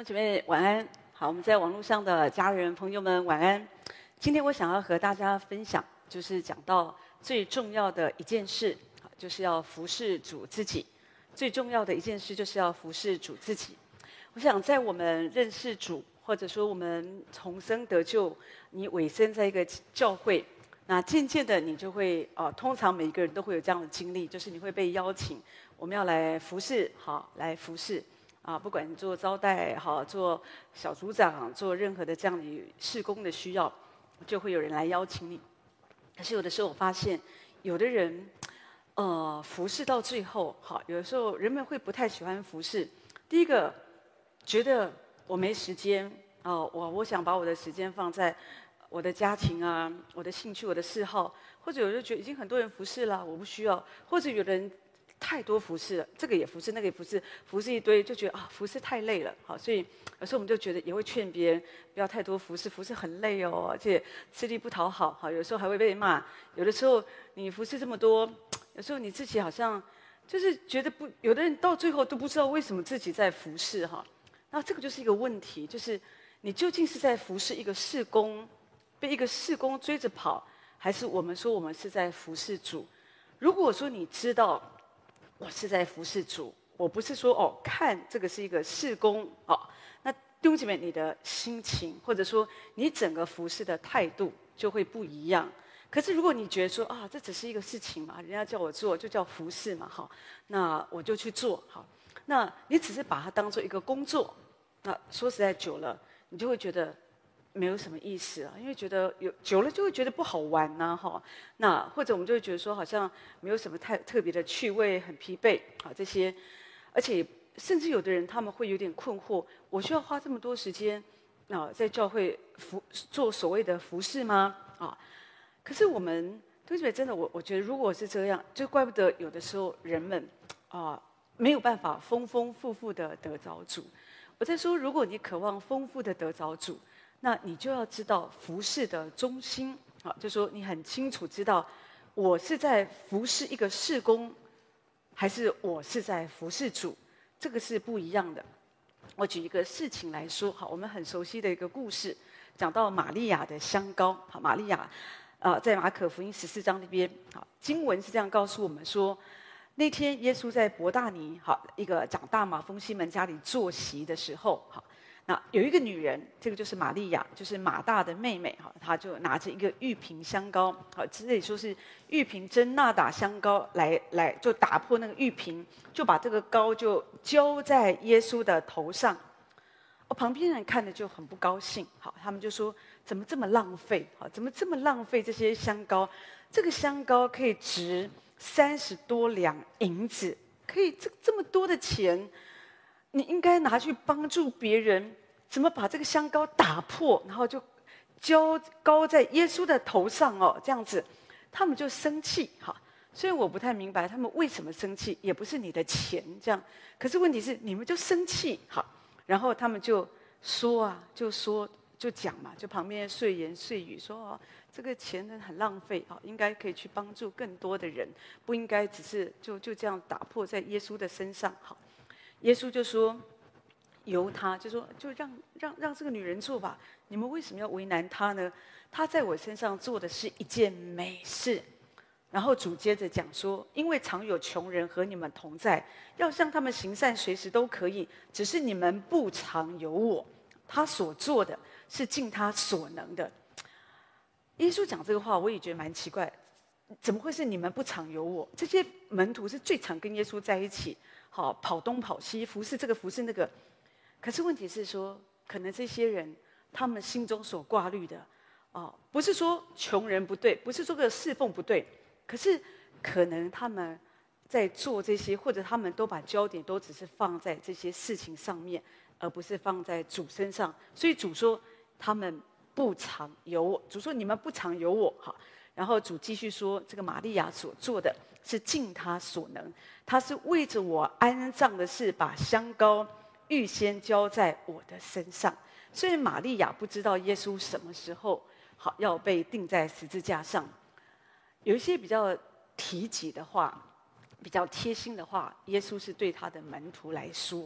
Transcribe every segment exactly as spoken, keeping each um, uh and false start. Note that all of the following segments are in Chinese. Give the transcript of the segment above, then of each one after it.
姐妹晚安。好，我们在网络上的家人朋友们晚安。今天我想要和大家分享，就是讲到最重要的一件事，就是要服侍主自己。最重要的一件事就是要服侍主自己。我想在我们认识主，或者说我们重生得救，你委身在一个教会，那渐渐的你就会呃，通常每一个人都会有这样的经历，就是你会被邀请，我们要来服侍，好，来服侍。啊，不管你做招待好，做小组长，做任何的这样的事工的需要，就会有人来邀请你。可是有的时候我发现，有的人，呃，服侍到最后，好，有的时候人们会不太喜欢服侍。第一个，觉得我没时间哦，我我想把我的时间放在我的家庭啊，我的兴趣，我的嗜好，或者有人觉得已经很多人服侍了，我不需要，或者有的人。太多服侍了，这个也服侍，那个也服侍，服侍一堆，就觉得啊，服侍太累了，好，所以有时候我们就觉得也会劝别人不要太多服侍，服侍很累哦，而且吃力不讨好，好，有时候还会被骂。有的时候你服侍这么多，有时候你自己好像就是觉得不，有的人到最后都不知道为什么自己在服侍哈。那这个就是一个问题，就是你究竟是在服侍一个事工，被一个事工追着跑，还是我们说我们是在服侍主？如果说你知道。我是在服侍主，我不是说哦，看这个是一个事工哦。那弟兄姐妹，你的心情或者说你整个服侍的态度就会不一样。可是如果你觉得说啊，这只是一个事情嘛，人家叫我做就叫服侍嘛，好，那我就去做好。那你只是把它当做一个工作，那说实在久了，你就会觉得。没有什么意思啊，因为觉得有久了就会觉得不好玩呐、啊，哈。那或者我们就会觉得说，好像没有什么太特别的趣味，很疲惫啊这些，而且甚至有的人他们会有点困惑：我需要花这么多时间啊，在教会服做所谓的服侍吗？啊，可是我们对不对？真的，我我觉得如果是这样，就怪不得有的时候人们啊没有办法丰丰富富的得着主。我在说，如果你渴望丰富的得着主。那你就要知道服侍的中心，啊，就说你很清楚知道，我是在服侍一个事工，还是我是在服侍主，这个是不一样的。我举一个事情来说，好，我们很熟悉的一个故事，讲到玛利亚的香膏，好，玛利亚，呃，在马可福音十四章那边，好，经文是这样告诉我们说，那天耶稣在伯大尼，好，一个长大马蜂西门家里坐席的时候，好。那有一个女人，这个就是玛利亚，就是马大的妹妹哈，她就拿着一个玉瓶香膏，好，这里说是玉瓶真纳打香膏来来，就打破那个玉瓶，就把这个膏就浇在耶稣的头上。哦，旁边人看了就很不高兴，好，他们就说怎么这么浪费，好，怎么这么浪费这些香膏？这个香膏可以值三十多两银子，可以这这么多的钱。你应该拿去帮助别人，怎么把这个香膏打破，然后就浇膏在耶稣的头上哦，这样子，他们就生气哈。所以我不太明白他们为什么生气，也不是你的钱这样，可是问题是你们就生气哈，然后他们就说啊，就说就讲嘛，就旁边碎言碎语说哦，这个钱呢很浪费啊，应该可以去帮助更多的人，不应该只是就就这样打破在耶稣的身上好。耶稣就说：“由他，就说就让让让这个女人做吧。你们为什么要为难她呢？她在我身上做的是一件美事。”然后主接着讲说：“因为常有穷人和你们同在，要向他们行善，随时都可以。只是你们不常有我。他所做的是尽他所能的。”耶稣讲这个话，我也觉得蛮奇怪，怎么会是你们不常有我？这些门徒是最常跟耶稣在一起。好，跑东跑西，服侍这个服侍那个，可是问题是说，可能这些人他们心中所挂虑的，哦，不是说穷人不对，不是说个侍奉不对，可是可能他们在做这些，或者他们都把焦点都只是放在这些事情上面，而不是放在主身上。所以主说他们不常有我，主说你们不常有我，哈。然后主继续说，这个玛利亚所做的是尽他所能，他是为着我安葬的事，把香膏预先浇在我的身上。所以玛利亚不知道耶稣什么时候好要被钉在十字架上。有一些比较提及的话，比较贴心的话，耶稣是对他的门徒来说。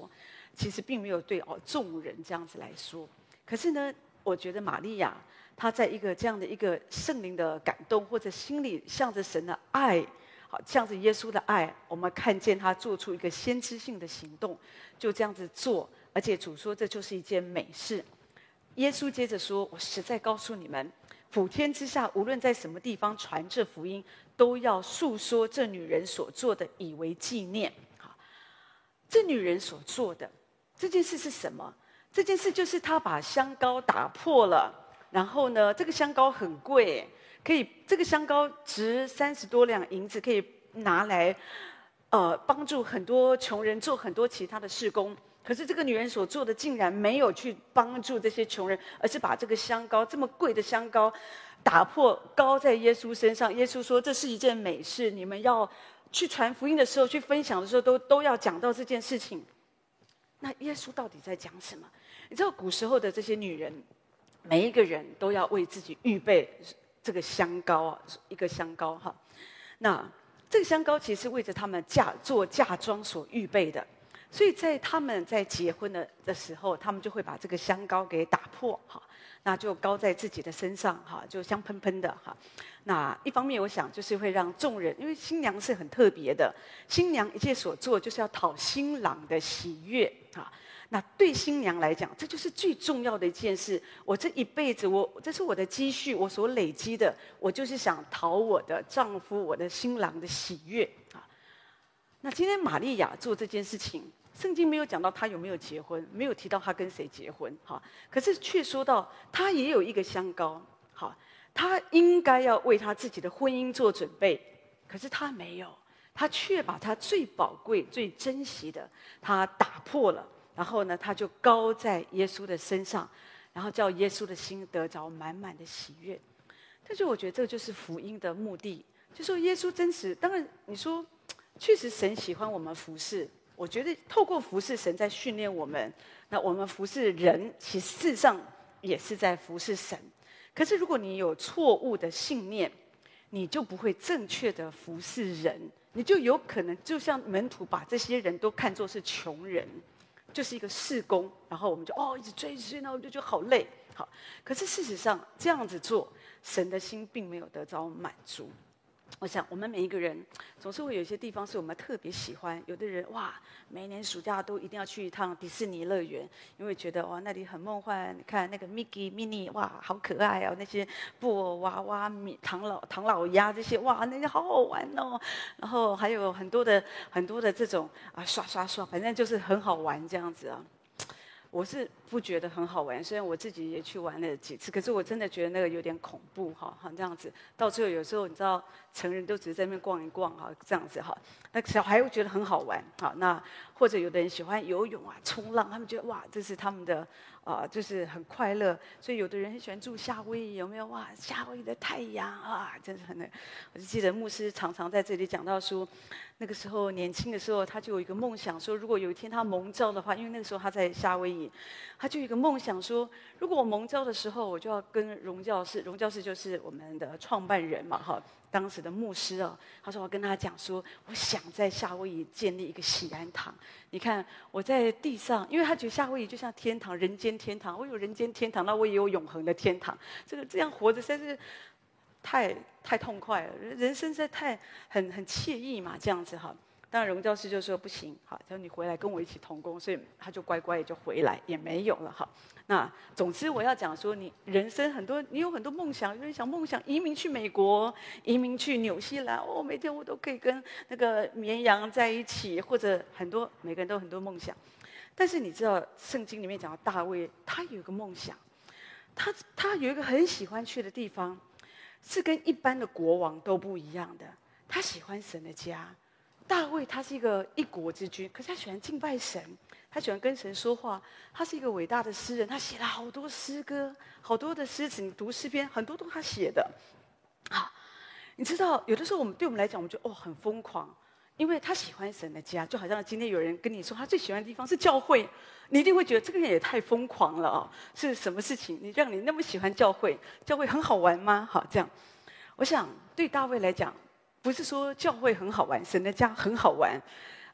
其实并没有对哦众人这样子来说。可是呢，我觉得玛利亚她在一个这样的一个圣灵的感动，或者心里向着神的爱，好向着耶稣的爱，我们看见她做出一个先知性的行动，就这样子做。而且主说这就是一件美事。耶稣接着说：“我实在告诉你们，普天之下，无论在什么地方传这福音，都要述说这女人所做的，以为纪念。”好，这女人所做的这件事是什么？这件事就是她把香膏打破了，然后呢，这个香膏很贵，可以这个香膏值三十多两银子，可以拿来呃帮助很多穷人做很多其他的事工。可是这个女人所做的竟然没有去帮助这些穷人，而是把这个香膏这么贵的香膏打破，膏在耶稣身上。耶稣说这是一件美事，你们要去传福音的时候，去分享的时候，都都要讲到这件事情。那耶稣到底在讲什么？你知道古时候的这些女人，每一个人都要为自己预备这个香膏啊，一个香膏哈。那这个香膏其实为着他们嫁做嫁妆所预备的。所以在他们在结婚的的时候，他们就会把这个香膏给打破，哈，那就膏在自己的身上，哈，就香喷喷的，哈。那一方面，我想就是会让众人，因为新娘是很特别的，新娘一切所做就是要讨新郎的喜悦，哈。那对新娘来讲，这就是最重要的一件事。我这一辈子，我这是我的积蓄，我所累积的，我就是想讨我的丈夫、我的新郎的喜悦，啊。那今天玛利亚做这件事情。圣经没有讲到他有没有结婚，没有提到他跟谁结婚，哈。可是却说到他也有一个香膏，好，他应该要为他自己的婚姻做准备，可是他没有，他却把他最宝贵、最珍惜的，他打破了，然后呢，他就膏在耶稣的身上，然后叫耶稣的心得着满满的喜悦。但是我觉得这就是福音的目的，就说耶稣真实。当然你说，确实神喜欢我们服侍。我觉得透过服侍神在训练我们，那我们服侍人，其实事实上也是在服侍神。可是如果你有错误的信念，你就不会正确的服侍人，你就有可能就像门徒把这些人都看作是穷人，就是一个事工，然后我们就哦一直追追，然后就觉得好累，好。可是事实上这样子做，神的心并没有得着满足。我想，我们每一个人总是会有一些地方是我们特别喜欢。有的人哇，每年暑假都一定要去一趟迪士尼乐园，因为觉得哇那里很梦幻。你看那个 Mickey、Minnie， 哇，好可爱哦！那些布偶娃娃、米唐老唐老鸭这些，哇，那些好好玩哦。然后还有很多的很多的这种啊，刷刷刷，反正就是很好玩这样子啊。我是不觉得很好玩，虽然我自己也去玩了几次，可是我真的觉得那个有点恐怖哈，哈这样子，到最后有时候你知道，成人都只是在那边逛一逛哈，这样子哈，那小孩会觉得很好玩，好，那或者有的人喜欢游泳啊、冲浪，他们觉得哇，这是他们的啊、呃，就是很快乐，所以有的人很喜欢住夏威夷，有没有哇？夏威夷的太阳啊，真是很那，我就记得牧师常常在这里讲到说，那个时候年轻的时候，他就有一个梦想说，如果有一天他蒙召的话，因为那个时候他在夏威夷。他就有一个梦想说，如果我蒙召的时候，我就要跟荣教士，荣教士就是我们的创办人嘛，哈，当时的牧师啊，他说我跟他讲说，我想在夏威夷建立一个喜安堂。你看我在地上，因为他觉得夏威夷就像天堂，人间天堂，我有人间天堂，那我也有永恒的天堂。这个这样活着实在是太太痛快了，人生实在太很很惬意嘛，这样子哈。当然，荣教师就说不行，好，他说你回来跟我一起同工，所以他就乖乖也就回来，也没有了哈。那总之我要讲说，你人生很多，你有很多梦想，有人想梦想移民去美国，移民去纽西兰，哦，每天我都可以跟那个绵羊在一起，或者很多每个人都有很多梦想。但是你知道，圣经里面讲到大卫，他有一个梦想，他他有一个很喜欢去的地方，是跟一般的国王都不一样的，他喜欢神的家。大卫他是一个一国之君，可是他喜欢敬拜神，他喜欢跟神说话。他是一个伟大的诗人，他写了好多诗歌，好多的诗词。你读诗篇，很多都是他写的。啊，你知道，有的时候我们对我们来讲，我们觉得哦很疯狂，因为他喜欢神的家，就好像今天有人跟你说他最喜欢的地方是教会，你一定会觉得这个人也太疯狂了啊！是什么事情？你让你那么喜欢教会？教会很好玩吗？好，这样，我想对大卫来讲。不是说教会很好玩，神的家很好玩，而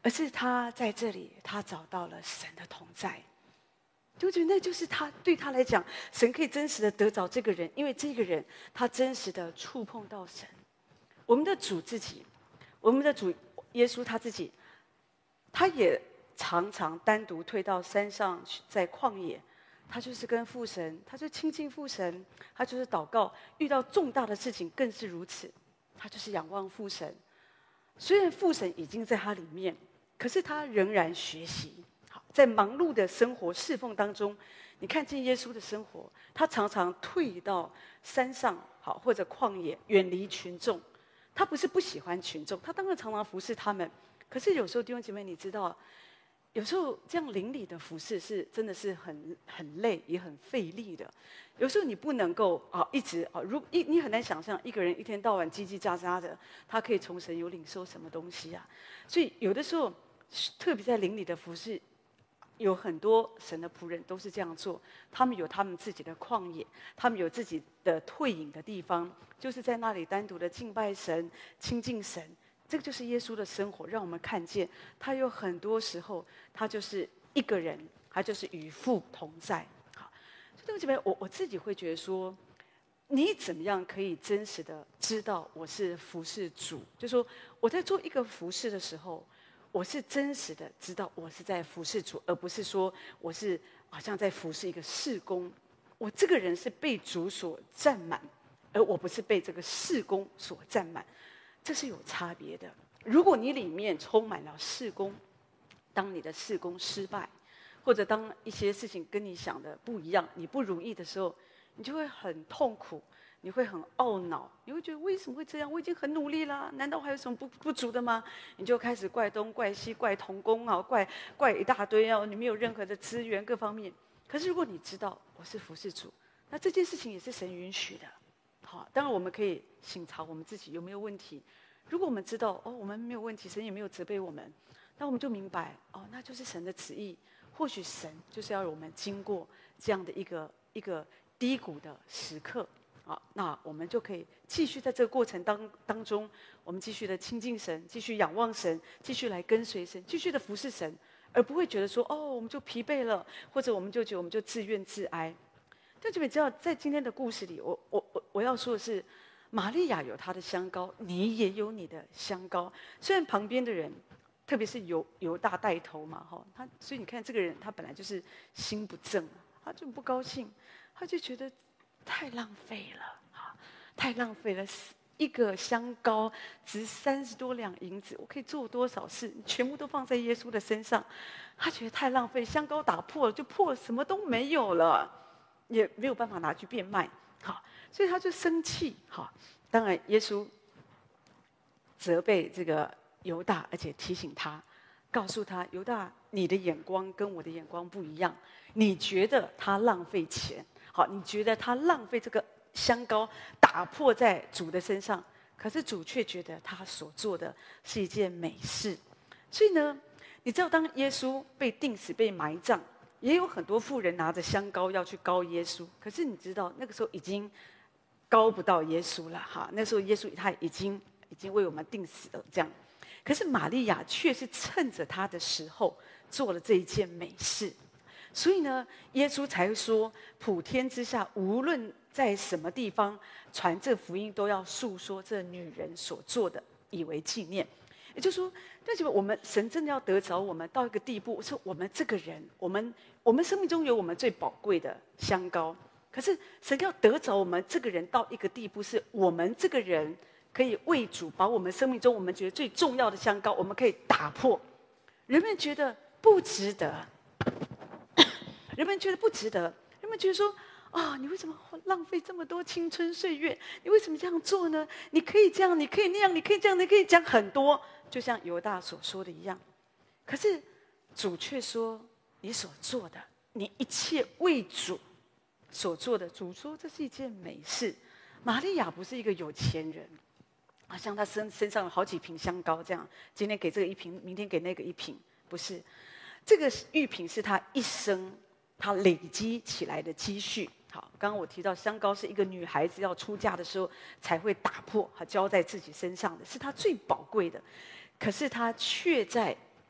而是他在这里，他找到了神的同在。就觉得那就是他对他来讲，神可以真实的得着这个人，因为这个人他真实的触碰到神。我们的主自己，我们的主耶稣他自己，他也常常单独退到山上去，在旷野，他就是跟父神，他就亲近父神，他就是祷告。遇到重大的事情更是如此，他就是仰望父神。虽然父神已经在他里面，可是他仍然学习。好，在忙碌的生活侍奉当中，你看见耶稣的生活，他常常退到山上，好或者旷野，远离群众。他不是不喜欢群众，他当然常常服侍他们。可是有时候弟兄姐妹，你知道，有时候这样邻里的服侍是真的是很很累，也很费力的。有时候你不能够啊一直啊，如一你很难想象一个人一天到晚叽叽喳喳的，他可以从神有领受什么东西啊？所以有的时候，特别在邻里的服侍，有很多神的仆人都是这样做。他们有他们自己的旷野，他们有自己的退隐的地方，就是在那里单独的敬拜神、亲近神。这个就是耶稣的生活，让我们看见他有很多时候，他就是一个人，他就是与父同在。好，所以弟兄姐妹，我我自己会觉得说，你怎么样可以真实的知道我是服侍主？就说我在做一个服侍的时候，我是真实的知道我是在服侍主，而不是说我是好像在服侍一个事工。我这个人是被主所占满，而我不是被这个事工所占满。这是有差别的。如果你里面充满了事工，当你的事工失败，或者当一些事情跟你想的不一样，你不如意的时候，你就会很痛苦，你会很懊恼，你会觉得为什么会这样？我已经很努力了，难道还有什么不不足的吗？你就开始怪东怪西，怪同工啊，怪怪一大堆啊，你没有任何的资源各方面。可是如果你知道我是服侍主，那这件事情也是神允许的。好，当然我们可以省察我们自己有没有问题。如果我们知道哦，我们没有问题，神也没有责备我们，那我们就明白哦，那就是神的旨意。或许神就是要我们经过这样的一个一个低谷的时刻啊，那我们就可以继续在这个过程当当中，我们继续的亲近神，继续仰望神，继续来跟随神，继续的服侍神，而不会觉得说哦，我们就疲惫了，或者我们就觉得我们就自怨自哀。但就你知道，在今天的故事里，我我我我要说的是，玛利亚有她的香膏，你也有你的香膏。虽然旁边的人，特别是犹犹大带头嘛，哈，他所以你看这个人，他本来就是心不正，他就不高兴，他就觉得太浪费了，哈，太浪费了。一个香膏值三十多两银子，我可以做多少事？全部都放在耶稣的身上，他觉得太浪费。香膏打破了就破了，什么都没有了。也没有办法拿去变卖，好，所以他就生气，好，当然耶稣责备这个犹大，而且提醒他，告诉他犹大，你的眼光跟我的眼光不一样，你觉得他浪费钱，好，你觉得他浪费这个香膏打破在主的身上，可是主却觉得他所做的是一件美事，所以呢，你知道当耶稣被钉死、被埋葬。也有很多妇人拿着香膏要去膏耶稣，可是你知道那个时候已经膏不到耶稣了哈。那时候耶稣他已经已经为我们钉死了这样，可是玛利亚却是趁着他的时候做了这一件美事，所以呢，耶稣才说普天之下无论在什么地方传这福音，都要述说这女人所做的，以为纪念。也就是说，那就我们神真的要得着我们到一个地步，是我们这个人，我们我们生命中有我们最宝贵的香膏，可是神要得着我们这个人到一个地步，是我们这个人可以为主把我们生命中我们觉得最重要的香膏，我们可以打破。人们觉得不值得，人们觉得不值得，人们觉得说。啊、哦！你为什么浪费这么多青春岁月？你为什么这样做呢？你可以这样，你可以那样，你可以这样，你可以讲很多，就像犹大所说的一样。可是主却说：“你所做的，你一切为主所做的。”主说这是一件美事。玛利亚不是一个有钱人，好像她身身上有好几瓶香膏这样，今天给这个一瓶，明天给那个一瓶，不是。这个玉瓶是她一生她累积起来的积蓄。好，刚刚我提到香膏是一个女孩子要出嫁的时候才会打破，和浇在自己身上的，是她最宝贵的。可是她却在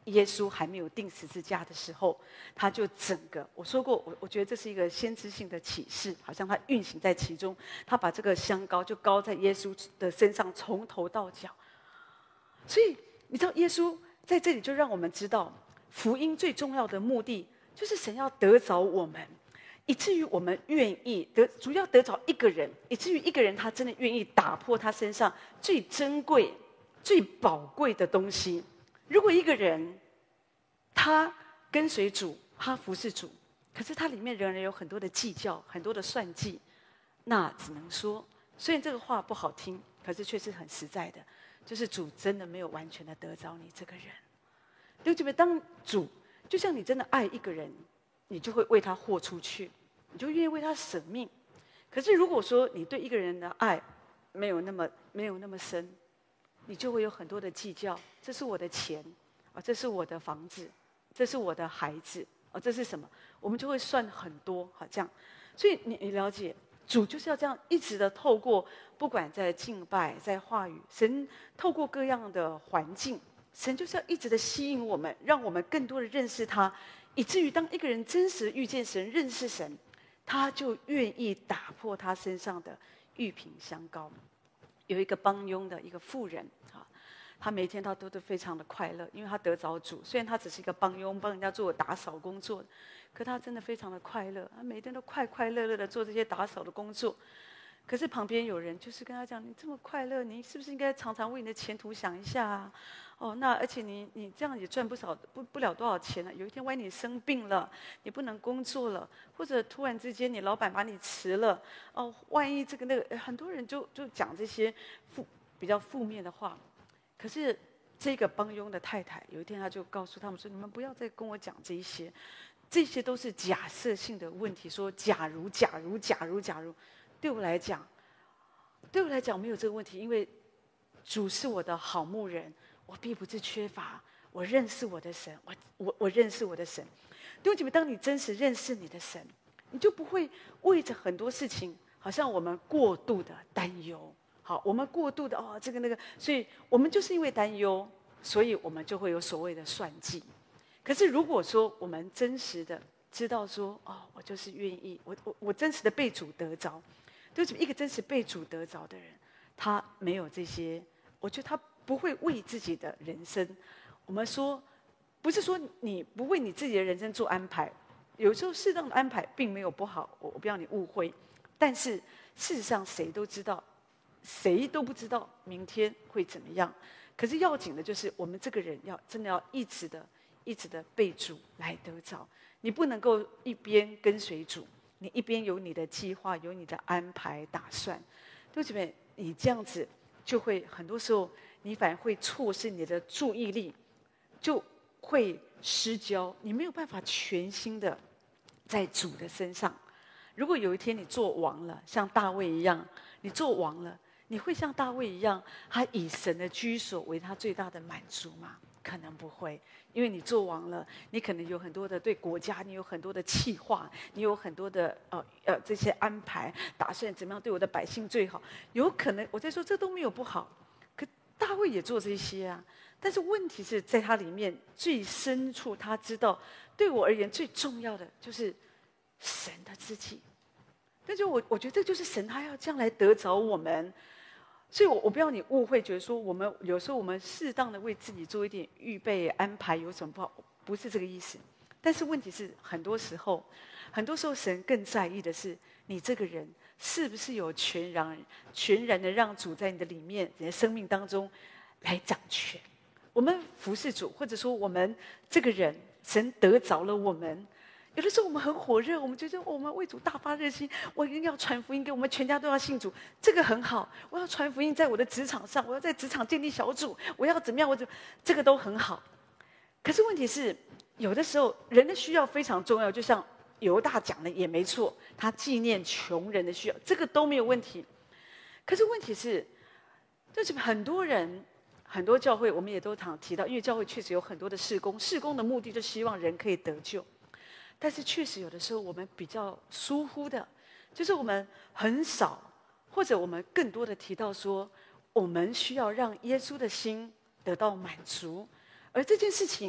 耶稣还没有钉十字架的时候，他就整个我说过，我我觉得这是一个先知性的启示，好像他运行在其中，他把这个香膏就膏在耶稣的身上，从头到脚。所以你知道，耶稣在这里就让我们知道，福音最重要的目的就是神要得着我们，以至于我们愿意得，主要得着一个人，以至于一个人他真的愿意打破他身上最珍贵、最宝贵的东西。如果一个人他跟随主，他服侍主，可是他里面仍然有很多的计较，很多的算计，那只能说，虽然这个话不好听，可是却是很实在的，就是主真的没有完全的得着你这个人。弟兄姐妹，当主就像你真的爱一个人，你就会为他豁出去，你就愿意为他舍命。可是如果说你对一个人的爱没有那么没有那么深，你就会有很多的计较，这是我的钱啊，这是我的房子，这是我的孩子啊，这是什么？我们就会算很多，好这样。所以你你了解，主就是要这样一直的透过，不管在敬拜，在话语，神透过各样的环境，神就是要一直的吸引我们，让我们更多的认识他，以至于当一个人真实遇见神、认识神，他就愿意打破他身上的玉瓶香膏。有一个帮佣的一个妇人啊，他每天他都都非常的快乐，因为他得着主。虽然他只是一个帮佣，帮人家做打扫工作，可他真的非常的快乐，他每天都快快乐乐的做这些打扫的工作。可是旁边有人就是跟他讲：“你这么快乐，你是不是应该常常为你的前途想一下啊？哦，那而且你你这样也赚不少不不了多少钱了。有一天万一你生病了，你不能工作了，或者突然之间你老板把你辞了，哦，万一这个那个，很多人就就讲这些负比较负面的话。可是这个帮佣的太太有一天他就告诉他们说：你们不要再跟我讲这一些，这些都是假设性的问题。说假如假如假如假如。”对我来讲，对我来讲没有这个问题，因为主是我的好牧人，我必不致缺乏。我认识我的神，我我我认识我的神。弟兄姐妹，当你真实认识你的神，你就不会为着很多事情，好像我们过度的担忧。好，我们过度的哦，这个那个，所以我们就是因为担忧，所以我们就会有所谓的算计。可是如果说我们真实的知道说，哦，我就是愿意，我我我真实的被主得着。就是一个真实被主得着的人，他没有这些，我觉得他不会为自己的人生。我们说，不是说你不为你自己的人生做安排，有时候适当的安排并没有不好，我我不要你误会。但是事实上，谁都知道，谁都不知道明天会怎么样。可是要紧的就是，我们这个人要真的要一直的、一直的被主来得着。你不能够一边跟随主。你一边有你的计划，有你的安排打算，弟兄姐妹，你这样子就会很多时候，你反而会错失你的注意力，就会失焦，你没有办法全心的在主的身上。如果有一天你做王了，像大卫一样，你做王了，你会像大卫一样，他以神的居所为他最大的满足吗？可能不会，因为你做王了，你可能有很多的对国家，你有很多的计划，你有很多的呃呃这些安排，打算怎么样对我的百姓最好。有可能我在说这都没有不好，可大卫也做这些啊。但是问题是在他里面最深处，他知道对我而言最重要的就是神的自己。但是我我觉得这就是神他要这样来得着我们。所以我，我我不要你误会，觉得说我们有时候我们适当的为自己做一点预备安排有什么不好？不是这个意思。但是问题是，很多时候，很多时候神更在意的是你这个人是不是有全然、全然的让主在你的里面、你的生命当中来掌权。我们服侍主，或者说我们这个人，神得着了我们。有的时候我们很火热，我们觉得我们为主大发热心，我一定要传福音给我们全家都要信主，这个很好。我要传福音在我的职场上，我要在职场建立小组，我要怎么样？我就这个都很好。可是问题是，有的时候人的需要非常重要，就像犹大讲的也没错，他纪念穷人的需要，这个都没有问题。可是问题是，就是很多人。很多教会我们也都常提到，因为教会确实有很多的事工，事工的目的就希望人可以得救。但是确实有的时候我们比较疏忽的，就是我们很少，或者我们更多的提到说，我们需要让耶稣的心得到满足，而这件事情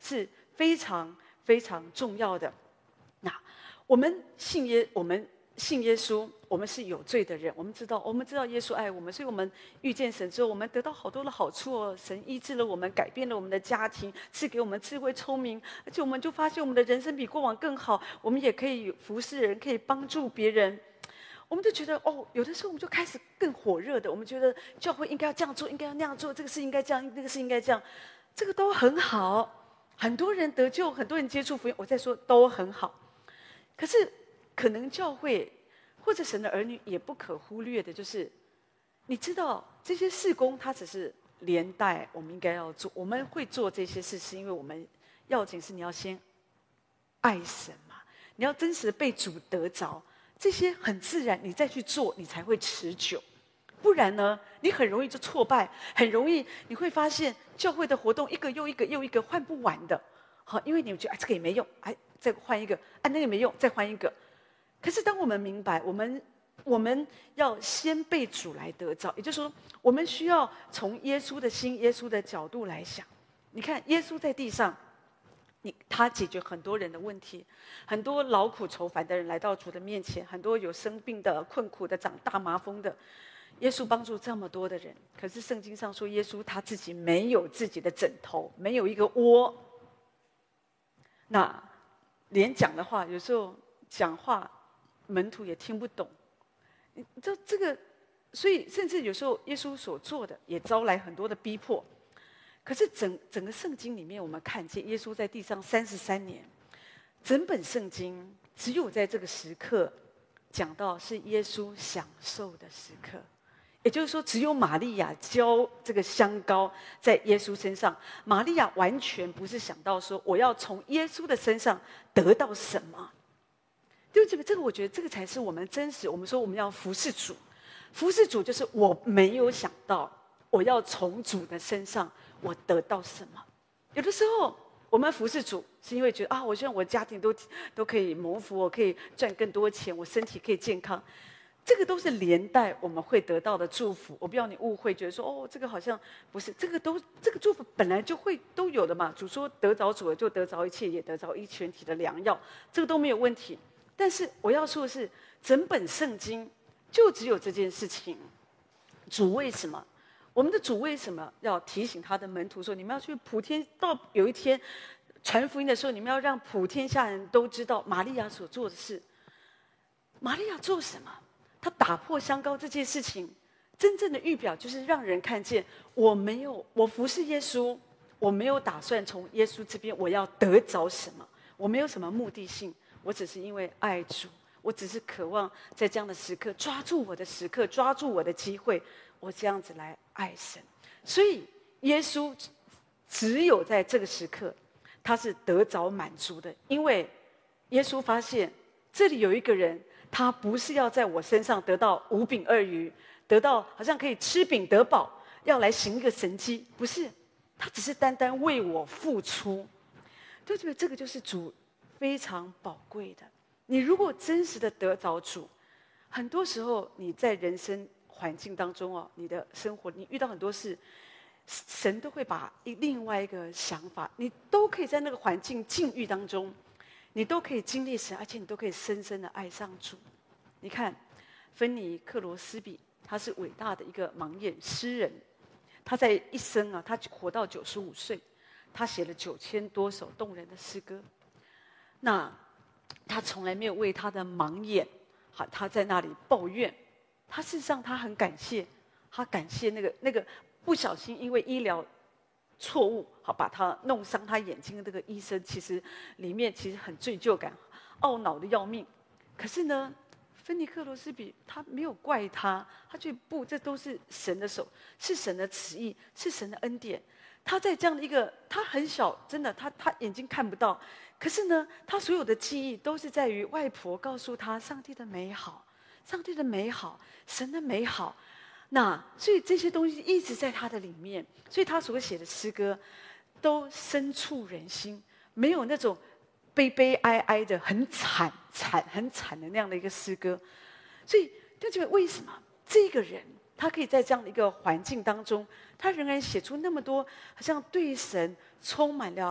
是非常非常重要的。那我们信耶，我们信耶稣，我们是有罪的人，我们知道，我们知道耶稣爱我们，所以我们遇见神之后，我们得到好多的好处哦。神医治了我们，改变了我们的家庭，赐给我们智慧聪明，而且我们就发现我们的人生比过往更好，我们也可以服侍人，可以帮助别人。我们就觉得哦，有的时候我们就开始更火热的，我们觉得教会应该要这样做，应该要那样做，这个事应该这样，那个事应该这样，这个都很好。很多人得救，很多人接触福音，我在说都很好。可是，可能教会或者神的儿女也不可忽略的，就是你知道这些事工，它只是连带我们应该要做。我们会做这些事，是因为我们要紧是你要先爱神嘛，你要真实的被主得着。这些很自然，你再去做，你才会持久。不然呢，你很容易就挫败，很容易你会发现教会的活动一个又一个又一个换不完的。好，因为你觉得哎这个也没用，哎再换一个，哎那个也没用，再换一个。可是当我们明白，我们我们要先被主来得着，也就是说，我们需要从耶稣的心、耶稣的角度来想。你看，耶稣在地上。你他解决很多人的问题，很多劳苦愁烦的人来到主的面前，很多有生病的、困苦的、长大麻风的，耶稣帮助这么多的人。可是圣经上说，耶稣他自己没有自己的枕头，没有一个窝。那连讲的话，有时候讲话门徒也听不懂。这这个，所以甚至有时候耶稣所做的也招来很多的逼迫。可是整整个圣经里面，我们看见耶稣在地上三十三年，整本圣经只有在这个时刻讲到是耶稣享受的时刻，也就是说，只有玛利亚浇这个香膏在耶稣身上，玛利亚完全不是想到说我要从耶稣的身上得到什么。对不起，这个我觉得这个才是我们真实。我们说我们要服侍主，服侍主就是我没有想到我要从主的身上。我得到什么？有的时候我们服侍主，是因为觉得啊，我希望我家庭都都可以蒙福，我可以赚更多钱，我身体可以健康，这个都是连带我们会得到的祝福。我不要你误会，觉得说哦，这个好像不是，这个都这个祝福本来就会都有的嘛。主说得着主了，就得着一切，也得着一全体的良药，这个都没有问题。但是我要说的是，整本圣经就只有这件事情。主为什么？我们的主为什么要提醒他的门徒说：“你们要去普天，到有一天传福音的时候，你们要让普天下人都知道玛利亚所做的事。”玛利亚做什么？她打破香膏这件事情，真正的预表就是让人看见我没有，我服侍耶稣，我没有打算从耶稣这边我要得着什么，我没有什么目的性，我只是因为爱主，我只是渴望在这样的时刻抓住我的时刻，抓住我的机会。我这样子来爱神，所以耶稣只有在这个时刻，他是得着满足的，因为耶稣发现这里有一个人，他不是要在我身上得到五饼二鱼，得到好像可以吃饼得饱，要来行一个神迹，不是，他只是单单为我付出。对不对？这个就是主非常宝贵的。你如果真实的得着主，很多时候你在人生环境当中哦，你的生活你遇到很多事，神都会把一另外一个想法，你都可以在那个环境境遇当中，你都可以经历神，而且你都可以深深的爱上主。你看，芬尼克罗斯比，他是伟大的一个盲眼诗人，他在一生啊，他活到九十五岁，他写了九千多首动人的诗歌。那他从来没有为他的盲眼，好，他在那里抱怨。他事实上他很感谢，他感谢那个那个不小心因为医疗错误，好把他弄伤他眼睛的那个医生，其实里面其实很罪疚感，懊恼的要命。可是呢，芬尼克罗斯比他没有怪他，他觉得不，这都是神的手，是神的旨意，是神的恩典。他在这样的一个，他很小，真的，他他眼睛看不到，可是呢，他所有的记忆都是在于外婆告诉他上帝的美好。上帝的美好，神的美好，那所以这些东西一直在他的里面，所以他所写的诗歌都深触人心，没有那种悲悲哀哀的、很惨惨很惨的那样的一个诗歌。所以就觉得为什么这个人他可以在这样的一个环境当中，他仍然写出那么多好像对神充满了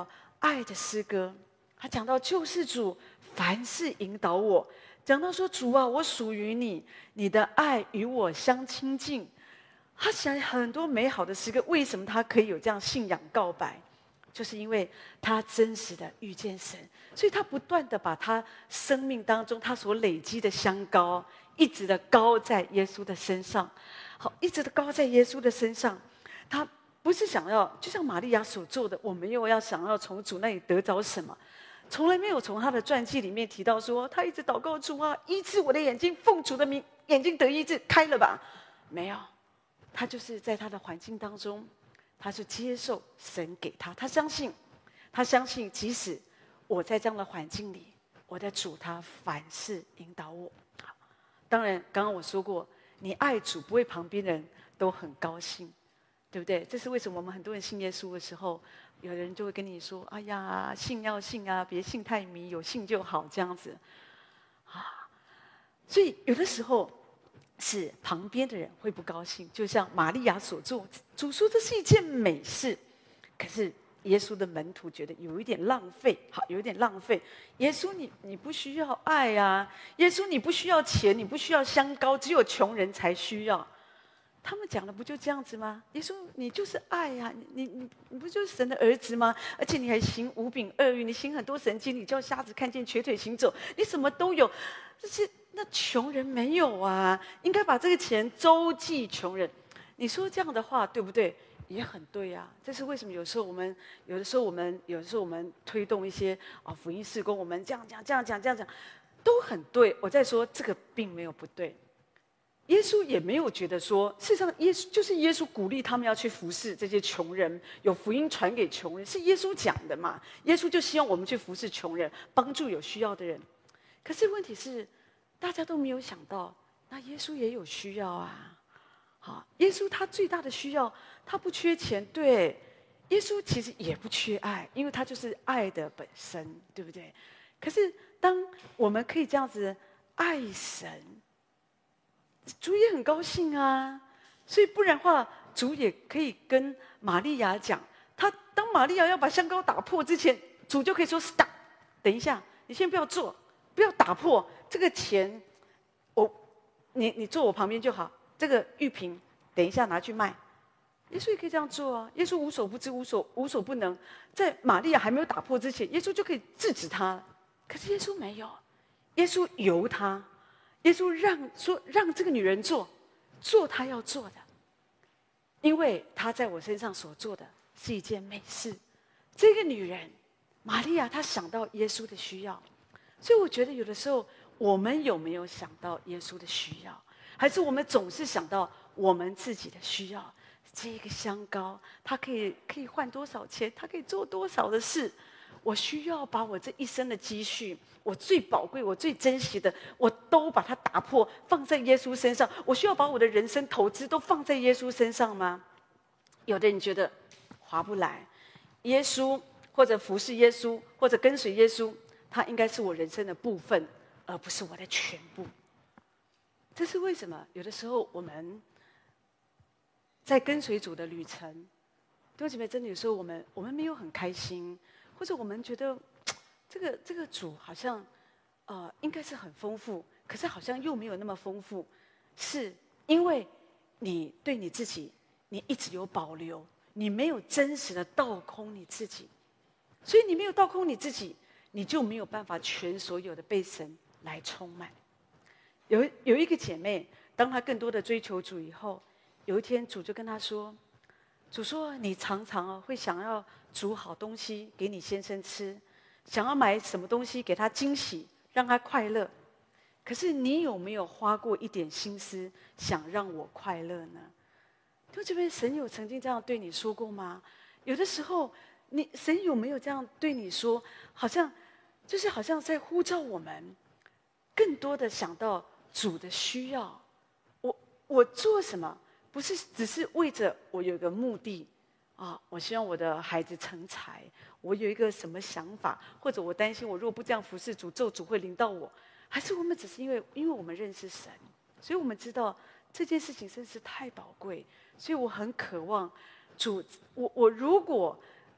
爱的诗歌。他讲到救世主凡事引导我，讲到说主啊，我属于你，你的爱与我相亲近。他想很多美好的诗歌，为什么他可以有这样信仰告白？就是因为他真实的遇见神，所以他不断的把他生命当中他所累积的香膏，一直的膏在耶稣的身上，好，一直的膏在耶稣的身上。他不是想要，就像玛利亚所做的，我们又要想要从主那里得着什么？从来没有从他的传记里面提到说，他一直祷告主啊，医治我的眼睛，奉主的名，眼睛得医治，开了吧？没有，他就是在他的环境当中。他是接受神给他，他相信，他相信，即使我在这样的环境里，我的主他凡事引导我。好，当然，刚刚我说过，你爱主不会旁边人都很高兴，对不对？这是为什么我们很多人信耶稣的时候，有的人就会跟你说：“哎呀，信要信啊，别信太迷，有信就好。”这样子，啊，所以有的时候。是旁边的人会不高兴，就像玛利亚所做，主说这是一件美事，可是耶稣的门徒觉得有一点浪费，好，有一点浪费。耶稣你你不需要爱啊，耶稣你不需要钱，你不需要香膏，只有穷人才需要。他们讲的不就这样子吗？耶稣你就是爱呀、啊，你你你你不就是神的儿子吗？而且你还行五饼二鱼，你行很多神迹，你叫瞎子看见，瘸腿行走，你什么都有，这些。那穷人没有啊，应该把这个钱周济穷人。你说这样的话对不对？也很对啊。这是为什么？有时候我们，有的时候我们，有的时候我们推动一些啊福音事工，我们这样讲、这样讲、这样讲，都很对。我在说这个并没有不对。耶稣也没有觉得说，事实上耶稣就是耶稣鼓励他们要去服侍这些穷人，有福音传给穷人，是耶稣讲的嘛？耶稣就希望我们去服侍穷人，帮助有需要的人。可是问题是。大家都没有想到，那耶稣也有需要啊！好，耶稣他最大的需要，他不缺钱，对，耶稣其实也不缺爱，因为他就是爱的本身，对不对？可是当我们可以这样子爱神，主也很高兴啊。所以不然的话，主也可以跟玛利亚讲，他当玛利亚要把香膏打破之前，主就可以说 stop， 等一下，你先不要做。不要打破这个钱，我你你坐我旁边就好。这个玉瓶，等一下拿去卖。耶稣也可以这样做啊。耶稣无所不知，无所无所不能。在玛利亚还没有打破之前，耶稣就可以制止他。可是耶稣没有，耶稣由他，耶稣让说让这个女人做，做她要做的，因为她在我身上所做的是一件美事。这个女人玛利亚，她想到耶稣的需要。所以我觉得有的时候，我们有没有想到耶稣的需要，还是我们总是想到我们自己的需要？这一个香膏，它可以可以换多少钱？它可以做多少的事？我需要把我这一生的积蓄，我最宝贵、我最珍惜的，我都把它打破，放在耶稣身上。我需要把我的人生投资都放在耶稣身上吗？有的人觉得划不来，耶稣或者服侍耶稣，或者跟随耶稣。它应该是我人生的部分，而不是我的全部。这是为什么？有的时候我们在跟随主的旅程，弟兄姐妹，真的有时候我们我们没有很开心，或者我们觉得这个这个主好像呃应该是很丰富，可是好像又没有那么丰富，是因为你对你自己你一直有保留，你没有真实的倒空你自己，所以你没有倒空你自己。你就没有办法全所有的被神来充满。有有一个姐妹，当她更多的追求主以后，有一天主就跟她说：“主说你常常会想要煮好东西给你先生吃，想要买什么东西给他惊喜，让他快乐。可是你有没有花过一点心思想让我快乐呢？”就这边神有曾经这样对你说过吗？有的时候，你神有没有这样对你说？好像。就是好像在呼召我们，更多的想到主的需要。我我做什么，不是只是为着我有个目的啊？我希望我的孩子成才，我有一个什么想法，或者我担心我若不这样服侍主，咒诅会临到我。还是我们只是因为因为我们认识神，所以我们知道这件事情真是太宝贵，所以我很渴望主。我我如果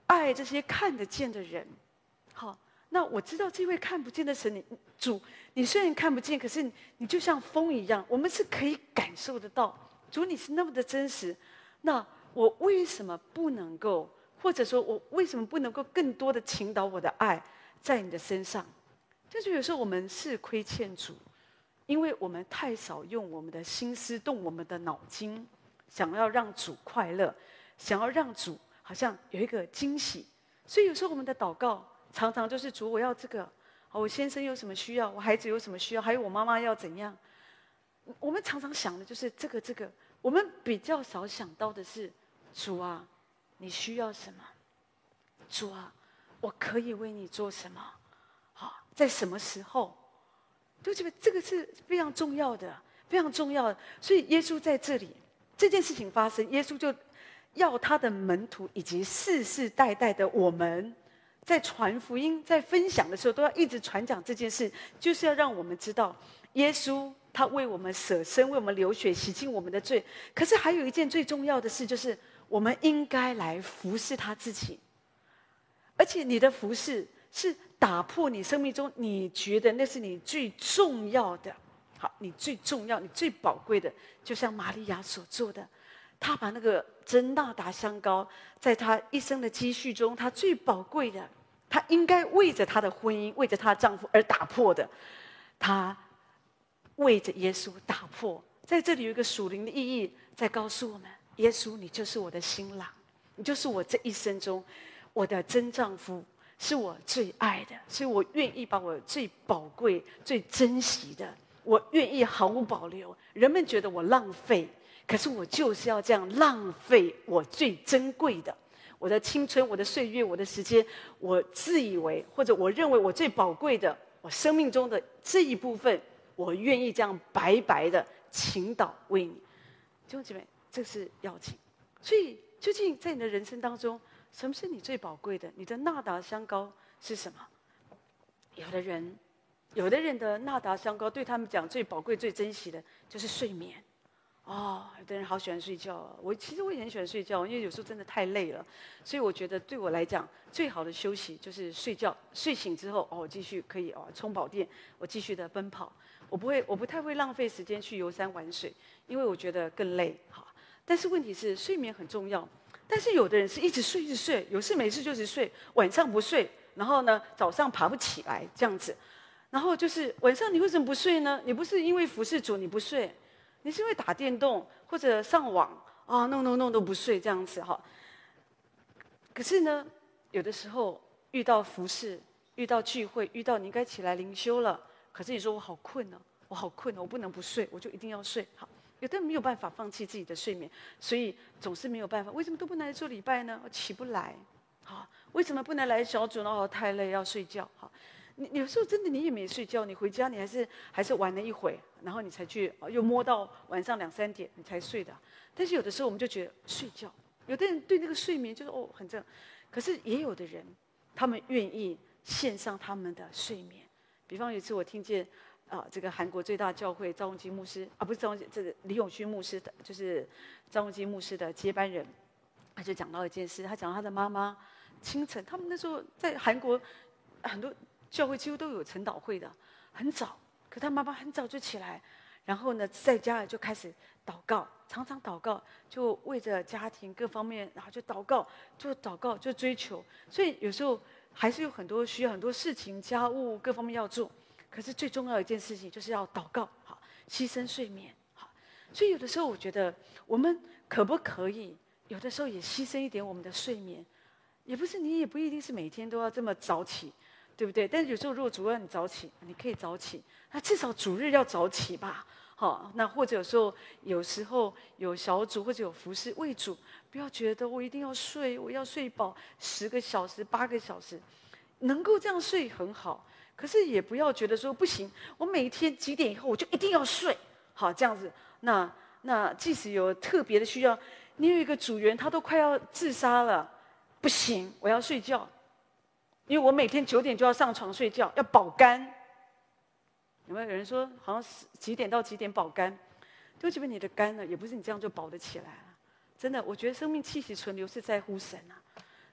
爱这些看得见的人。好，那我知道这位看不见的神，你主，你虽然看不见，可是你你就像风一样，我们是可以感受得到。主，你是那么的真实，那我为什么不能够，或者说我为什么不能够更多的倾倒我的爱在你的身上？就是有时候我们是亏欠主，因为我们太少用我们的心思动我们的脑筋，想要让主快乐，想要让主好像有一个惊喜。所以有时候我们的祷告常常就是主，我要这个，我先生有什么需要，我孩子有什么需要，还有我妈妈要怎样。我们常常想的就是这个这个，我们比较少想到的是，主啊，你需要什么？主啊，我可以为你做什么？好，在什么时候？对不对？这个是非常重要的，非常重要的。所以耶稣在这里，这件事情发生，耶稣就要他的门徒以及世世代代的我们，在传福音、在分享的时候，都要一直传讲这件事，就是要让我们知道，耶稣他为我们舍身，为我们流血，洗净我们的罪。可是还有一件最重要的事，就是我们应该来服侍他自己。而且你的服侍是打破你生命中你觉得那是你最重要的，好，你最重要、你最宝贵的，就像玛利亚所做的，她把那个真纳达香膏，在她一生的积蓄中，她最宝贵的，她应该为着她的婚姻、为着她的丈夫而打破的，她为着耶稣打破。在这里有一个属灵的意义，在告诉我们：耶稣，你就是我的新郎，你就是我这一生中我的真丈夫。是我最爱的，所以我愿意把我最宝贵、最珍惜的，我愿意毫无保留。人们觉得我浪费，可是我就是要这样浪费我最珍贵的，我的青春、我的岁月、我的时间，我自以为或者我认为我最宝贵的，我生命中的这一部分，我愿意这样白白的倾倒为你。弟兄姐妹，这是要紧。所以，究竟在你的人生当中，什么是你最宝贵的？你的纳达香膏是什么？有的人，有的人的纳达香膏对他们讲最宝贵、最珍惜的就是睡眠。哦，有的人好喜欢睡觉。我其实我也很喜欢睡觉，因为有时候真的太累了，所以我觉得对我来讲，最好的休息就是睡觉。睡醒之后，哦，我继续可以哦充饱电，我继续的奔跑。我不会，我不太会浪费时间去游山玩水，因为我觉得更累。好，但是问题是睡眠很重要。但是有的人是一直睡一直睡，有事没事就一直睡，晚上不睡，然后呢早上爬不起来这样子，然后就是晚上你为什么不睡呢？你不是因为服侍主你不睡，你是因为打电动或者上网啊，弄弄弄都不睡这样子哈。可是呢，有的时候遇到服侍、遇到聚会、遇到你应该起来灵修了，可是你说我好困哦，我好困哦，我不能不睡，我就一定要睡好。有的人没有办法放弃自己的睡眠，所以总是没有办法。为什么都不能来做礼拜呢？我起不来。好，为什么不能来小组呢？哦，太累，要睡觉。好，你有时候真的你也没睡觉，你回家你还是还是玩了一会，然后你才去，又摸到晚上两三点你才睡的。但是有的时候我们就觉得睡觉，有的人对那个睡眠就是哦很正，可是也有的人他们愿意献上他们的睡眠。比方有一次我听见。啊，这个韩国最大教会赵永基牧师啊，不是赵永基，这个李永勋牧师的，就是赵永基牧师的接班人，他就讲到一件事，他讲他的妈妈清晨，他们那时候在韩国很多教会几乎都有晨祷会的，很早，可他妈妈很早就起来，然后呢在家里就开始祷告，常常祷告，就为着家庭各方面，然后就祷告，就祷告，就追求，所以有时候还是有很多需要很多事情、家务各方面要做。可是最重要的一件事情就是要祷告，好，牺牲睡眠，好。所以有的时候我觉得，我们可不可以有的时候也牺牲一点我们的睡眠？也不是你也不一定是每天都要这么早起，对不对？但是有时候如果主要你早起，你可以早起，那至少主日要早起吧，好。那或者有时候有时候有小组或者有服侍为主，不要觉得我一定要睡，我要睡饱十个小时、八个小时，能够这样睡很好。可是也不要觉得说不行，我每天几点以后我就一定要睡，好这样子。那那即使有特别的需要，你有一个组员他都快要自杀了，不行，我要睡觉，因为我每天九点就要上床睡觉，要保肝。有没有人说好像是几点到几点保肝？就基本你的肝呢，也不是你这样就保得起来了。真的，我觉得生命气息存留是在乎神啊。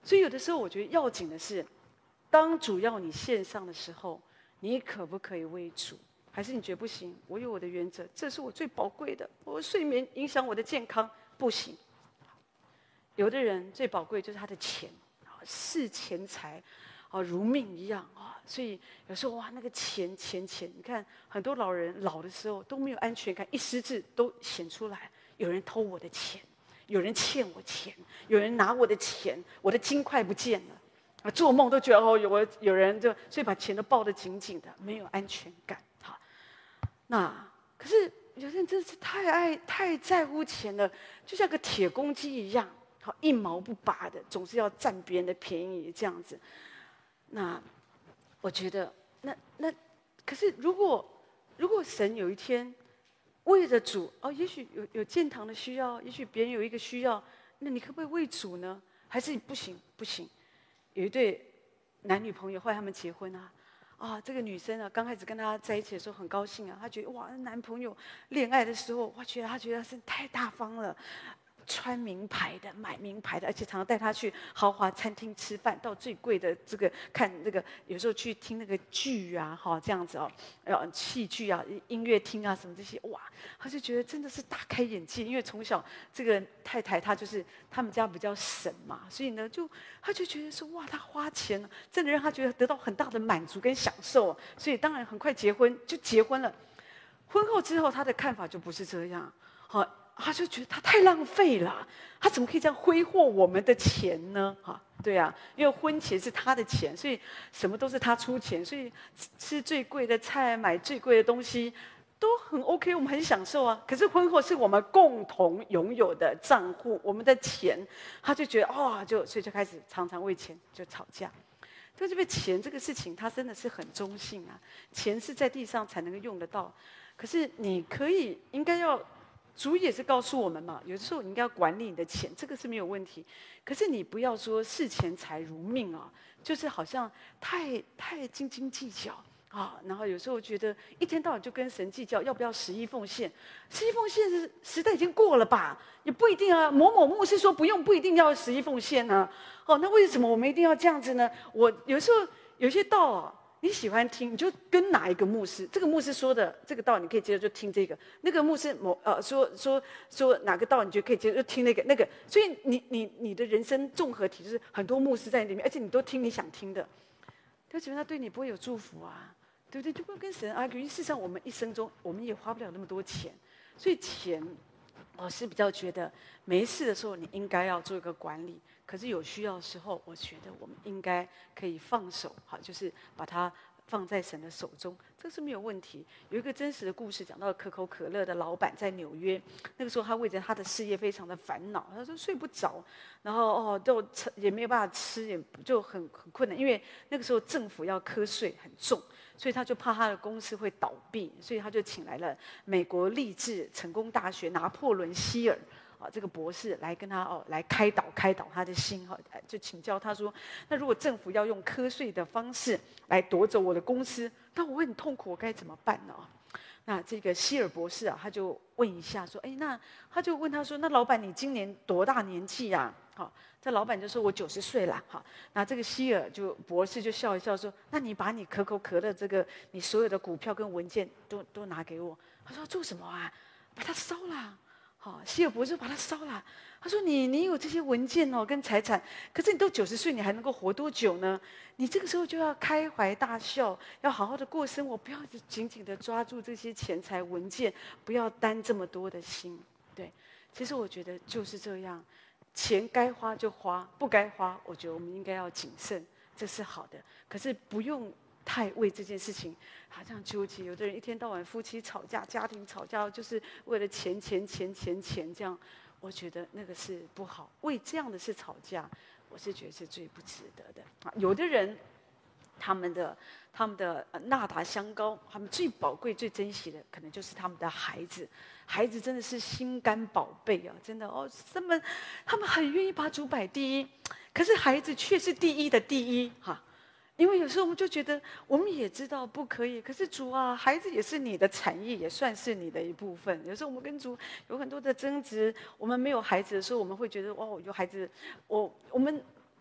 所以有的时候我觉得要紧的是，当主要你献上的时候，你可不可以为主？还是你觉得不行？我有我的原则，这是我最宝贵的。我睡眠影响我的健康，不行。有的人最宝贵就是他的钱，视钱财，啊，如命一样啊。所以有时候哇，那个钱钱钱，你看很多老人老的时候都没有安全感，一失智都显出来。有人偷我的钱，有人欠我钱，有人拿我的钱，我的金块不见了。啊，做梦都觉得哦，有有人就所以把钱都抱得紧紧的，没有安全感。好，那可是有些人真的是太爱、太在乎钱了，就像个铁公鸡一样，好一毛不拔的，总是要占别人的便宜这样子。那我觉得，那那可是如果如果神有一天为了主哦，也许有有建堂的需要，也许别人有一个需要，那你可不可以为主呢？还是不行不行？有一对男女朋友，后来他们结婚啊，啊，这个女生啊，刚开始跟他在一起的时候很高兴啊，她觉得哇，男朋友恋爱的时候，哇，觉得她觉得他是太大方了，穿名牌的，买名牌的，而且常常带他去豪华餐厅吃饭，到最贵的这个看那个，有时候去听那个剧啊，哈，这样子哦，呃，戏剧啊，音乐厅啊，什么这些，哇，他就觉得真的是大开眼界，因为从小这个太太她就是他们家比较省嘛，所以呢，就他就觉得说，哇，他花钱真的让他觉得得到很大的满足跟享受，所以当然很快结婚就结婚了。婚后之后，他的看法就不是这样，好。他就觉得他太浪费了，他怎么可以这样挥霍我们的钱呢？哈，对啊，因为婚前是他的钱，所以什么都是他出钱，所以吃最贵的菜、买最贵的东西都很 OK， 我们很享受啊。可是婚后是我们共同拥有的账户，我们的钱，他就觉得哦，就所以就开始常常为钱就吵架。就这边钱这个事情，它真的是很中性啊，钱是在地上才能够用得到，可是你可以应该要。主也是告诉我们嘛，有的时候你应该要管理你的钱，这个是没有问题。可是你不要说视钱财如命啊，就是好像太太斤斤计较啊。然后有时候觉得一天到晚就跟神计较要不要十一奉献，十一奉献是时代已经过了吧？也不一定啊。某某牧师说不用，不一定要十一奉献啊。哦，那为什么我们一定要这样子呢？我有时候有些道啊。你喜欢听，你就跟哪一个牧师，这个牧师说的这个道，你可以接受就听这个；那个牧师某呃说说说哪个道，你觉得可以接受就听那个那个。所以你你你的人生综合体就是很多牧师在里面，而且你都听你想听的，就觉得他对你不会有祝福啊，对不对？就不会跟神啊。因为事实上我们一生中我们也花不了那么多钱，所以钱，我是比较觉得没事的时候你应该要做一个管理。可是有需要的时候，我觉得我们应该可以放手，好，就是把它放在神的手中，这是没有问题。有一个真实的故事，讲到可口可乐的老板在纽约，那个时候他为着他的事业非常的烦恼，他说睡不着，然后哦都吃也没有办法吃，也就很很困难，因为那个时候政府要课税很重，所以他就怕他的公司会倒闭，所以他就请来了美国励志成功大学拿破仑希尔。啊，这个博士来跟他哦来开导开导他的心哈，就请教他说，那如果政府要用课税的方式来夺走我的公司，那我会很痛苦，我该怎么办呢？那这个希尔博士啊，他就问一下说，哎，那他就问他说，那老板你今年多大年纪呀？好，这老板就说我九十岁了。好，那这个希尔就博士就笑一笑说，那你把你可口可乐这个你所有的股票跟文件都都拿给我。他说做什么啊？把它烧了。好，希尔博士把它烧了。他说你：“你有这些文件哦，跟财产，可是你都九十岁，你还能够活多久呢？你这个时候就要开怀大笑，要好好的过生活，不要紧紧的抓住这些钱财文件，不要担这么多的心。对，其实我觉得就是这样，钱该花就花，不该花，我觉得我们应该要谨慎，这是好的。可是不用。”太为这件事情好像纠结，有的人一天到晚夫妻吵架、家庭吵架，就是为了钱、钱、钱、钱、钱这样，我觉得那个是不好。为这样的事吵架，我是觉得是最不值得的。啊，有的人，他们的他们的纳达香膏，他们最宝贵、最珍惜的，可能就是他们的孩子。孩子真的是心肝宝贝啊，真的哦，他们他们很愿意把主摆第一，可是孩子却是第一的第一哈。因为有时候我们就觉得，我们也知道不可以，可是主啊，孩子也是你的产业，也算是你的一部分。有时候我们跟主有很多的争执，我们没有孩子的时候，我们会觉得，哦，有孩子，我我们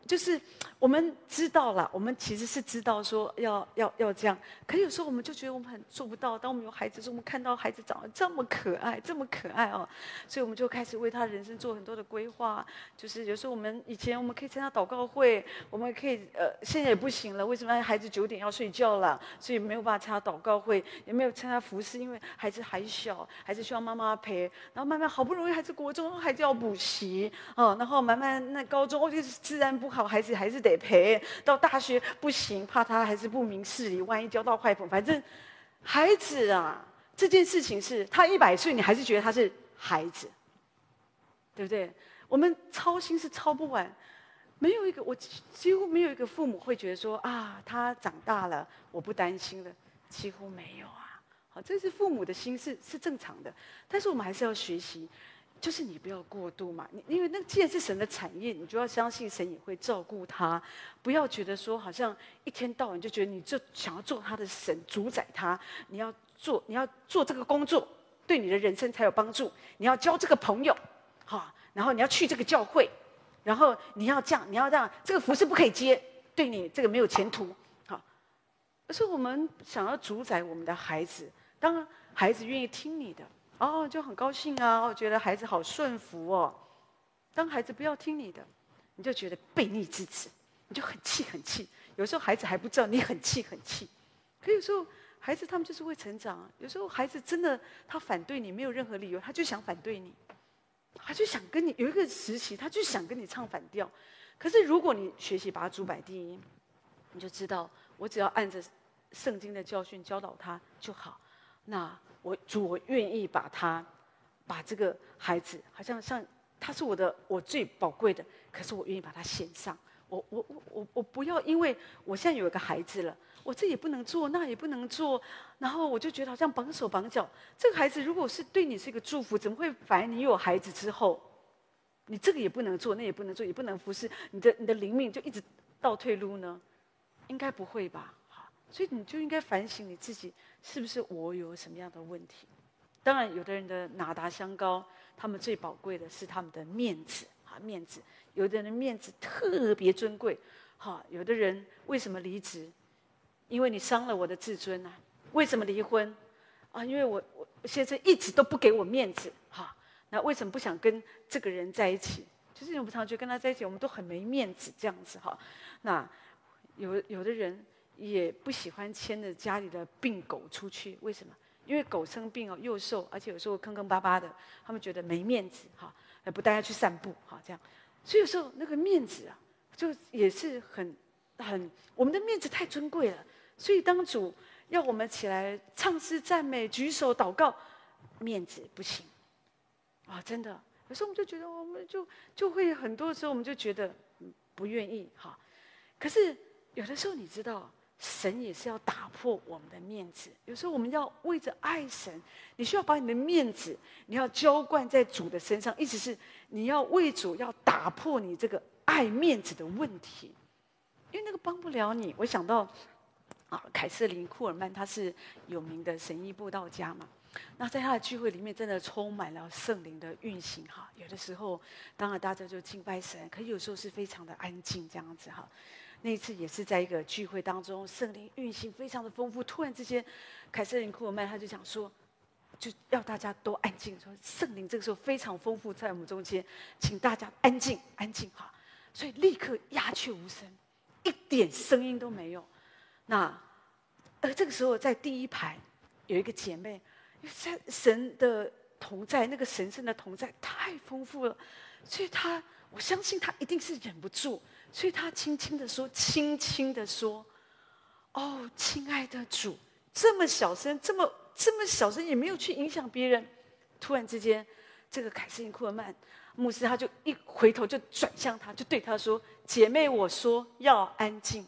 就是我们知道了，我们其实是知道说要要要这样，可是有时候我们就觉得我们很做不到。当我们有孩子的时候，我们看到孩子长得这么可爱，这么可爱哦，所以我们就开始为他人生做很多的规划。就是有时候我们以前我们可以参加祷告会，我们可以呃，现在也不行了。为什么孩子九点要睡觉了，所以没有办法参加祷告会，也没有参加服事，因为孩子还小，孩子需要妈妈陪。然后慢慢好不容易孩子国中，孩子要补习哦，然后慢慢那高中哦，就是自然不好，孩子还是得陪。到大学不行，怕他还是不明事理，万一交到坏朋友。反正孩子啊，这件事情是他一百岁，你还是觉得他是孩子，对不对？我们操心是操不完，没有一个我几乎没有一个父母会觉得说啊，他长大了，我不担心了，几乎没有啊。好，这是父母的心是是正常的，但是我们还是要学习。就是你不要过度嘛，你因为那既然是神的产业，你就要相信神也会照顾他，不要觉得说好像一天到晚就觉得你就想要做他的神，主宰他，你要做你要做这个工作，对你的人生才有帮助。你要交这个朋友，哈，然后你要去这个教会，然后你要这样，你要这样，这个服饰不可以接，对你这个没有前途，好。而是我们想要主宰我们的孩子，当孩子愿意听你的。哦，就很高兴啊！我觉得孩子好顺服哦。当孩子不要听你的，你就觉得悖逆之子，你就很气很气。有时候孩子还不知道你很气很气，可有时候孩子他们就是会成长。有时候孩子真的他反对你，没有任何理由，他就想反对你，他就想跟你有一个时期，他就想跟你唱反调。可是如果你学习把他主摆第一，你就知道，我只要按着圣经的教训教导他就好。那我主，我愿意把他，把这个孩子，好像像他是我的我最宝贵的，可是我愿意把他献上。我我我我我不要，因为我现在有一个孩子了，我这也不能做，那也不能做，然后我就觉得好像绑手绑脚。这个孩子如果是对你是一个祝福，怎么会反而你有孩子之后，你这个也不能做，那也不能做，也不能服侍，你的你的灵命就一直倒退路呢？应该不会吧？所以你就应该反省你自己，是不是我有什么样的问题？当然，有的人的哪达香膏，他们最宝贵的是他们的面子啊，面子。有的人面子特别尊贵，哈。有的人为什么离职？因为你伤了我的自尊啊。为什么离婚？啊，因为我我先生一直都不给我面子，哈。那为什么不想跟这个人在一起？就是我们常觉得跟他在一起，我们都很没面子这样子哈。那有有的人。也不喜欢牵着家里的病狗出去，为什么？因为狗生病哦，又瘦，而且有时候坑坑巴巴的，他们觉得没面子哈，不带它去散步哈，这样。所以有时候那个面子啊，就也是很很，我们的面子太尊贵了。所以当主要我们起来唱诗赞美、举手祷告，面子不行啊，真的。有时候我们就觉得，我们就就会很多时候我们就觉得不愿意哈。可是有的时候你知道。神也是要打破我们的面子，有时候我们要为着爱神，你需要把你的面子，你要浇灌在主的身上，意思是你要为主要打破你这个爱面子的问题，因为那个帮不了你。我想到啊，凯瑟琳·库尔曼，他是有名的神医布道家嘛，那在他的聚会里面，真的充满了圣灵的运行哈。有的时候，当然大家就敬拜神，可有时候是非常的安静这样子哈。那一次也是在一个聚会当中，圣灵运行非常的丰富。突然之间，凯瑟琳·库尔曼他就讲说，就要大家都安静，说圣灵这个时候非常丰富在我们中间，请大家安静，安静哈。所以立刻鸦雀无声，一点声音都没有。那而这个时候在第一排有一个姐妹，因为神的同在，那个神圣的同在太丰富了，所以她我相信她一定是忍不住。所以他轻轻的说，轻轻的说：“哦，亲爱的主，这么小声，这么这么小声，也没有去影响别人。”突然之间，这个凯瑟琳·库尔曼牧师他就一回头就转向他，就对他说：“姐妹，我说要安静。”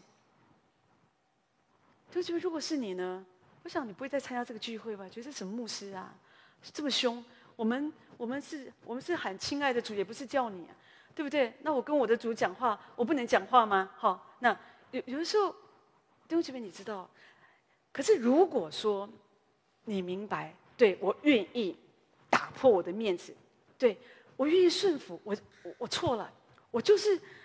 就觉得如果是你呢，我想你不会再参加这个聚会吧？觉得什么牧师啊，这么凶？我们我们是我们是喊亲爱的主，也不是叫你啊。对不对？那我跟我的主讲话，我不能讲话吗？好，那有有的时候，弟兄姐妹，你知道，可是如果说你明白，对我愿意打破我的面子，对我愿意顺服，我我我错了，我就是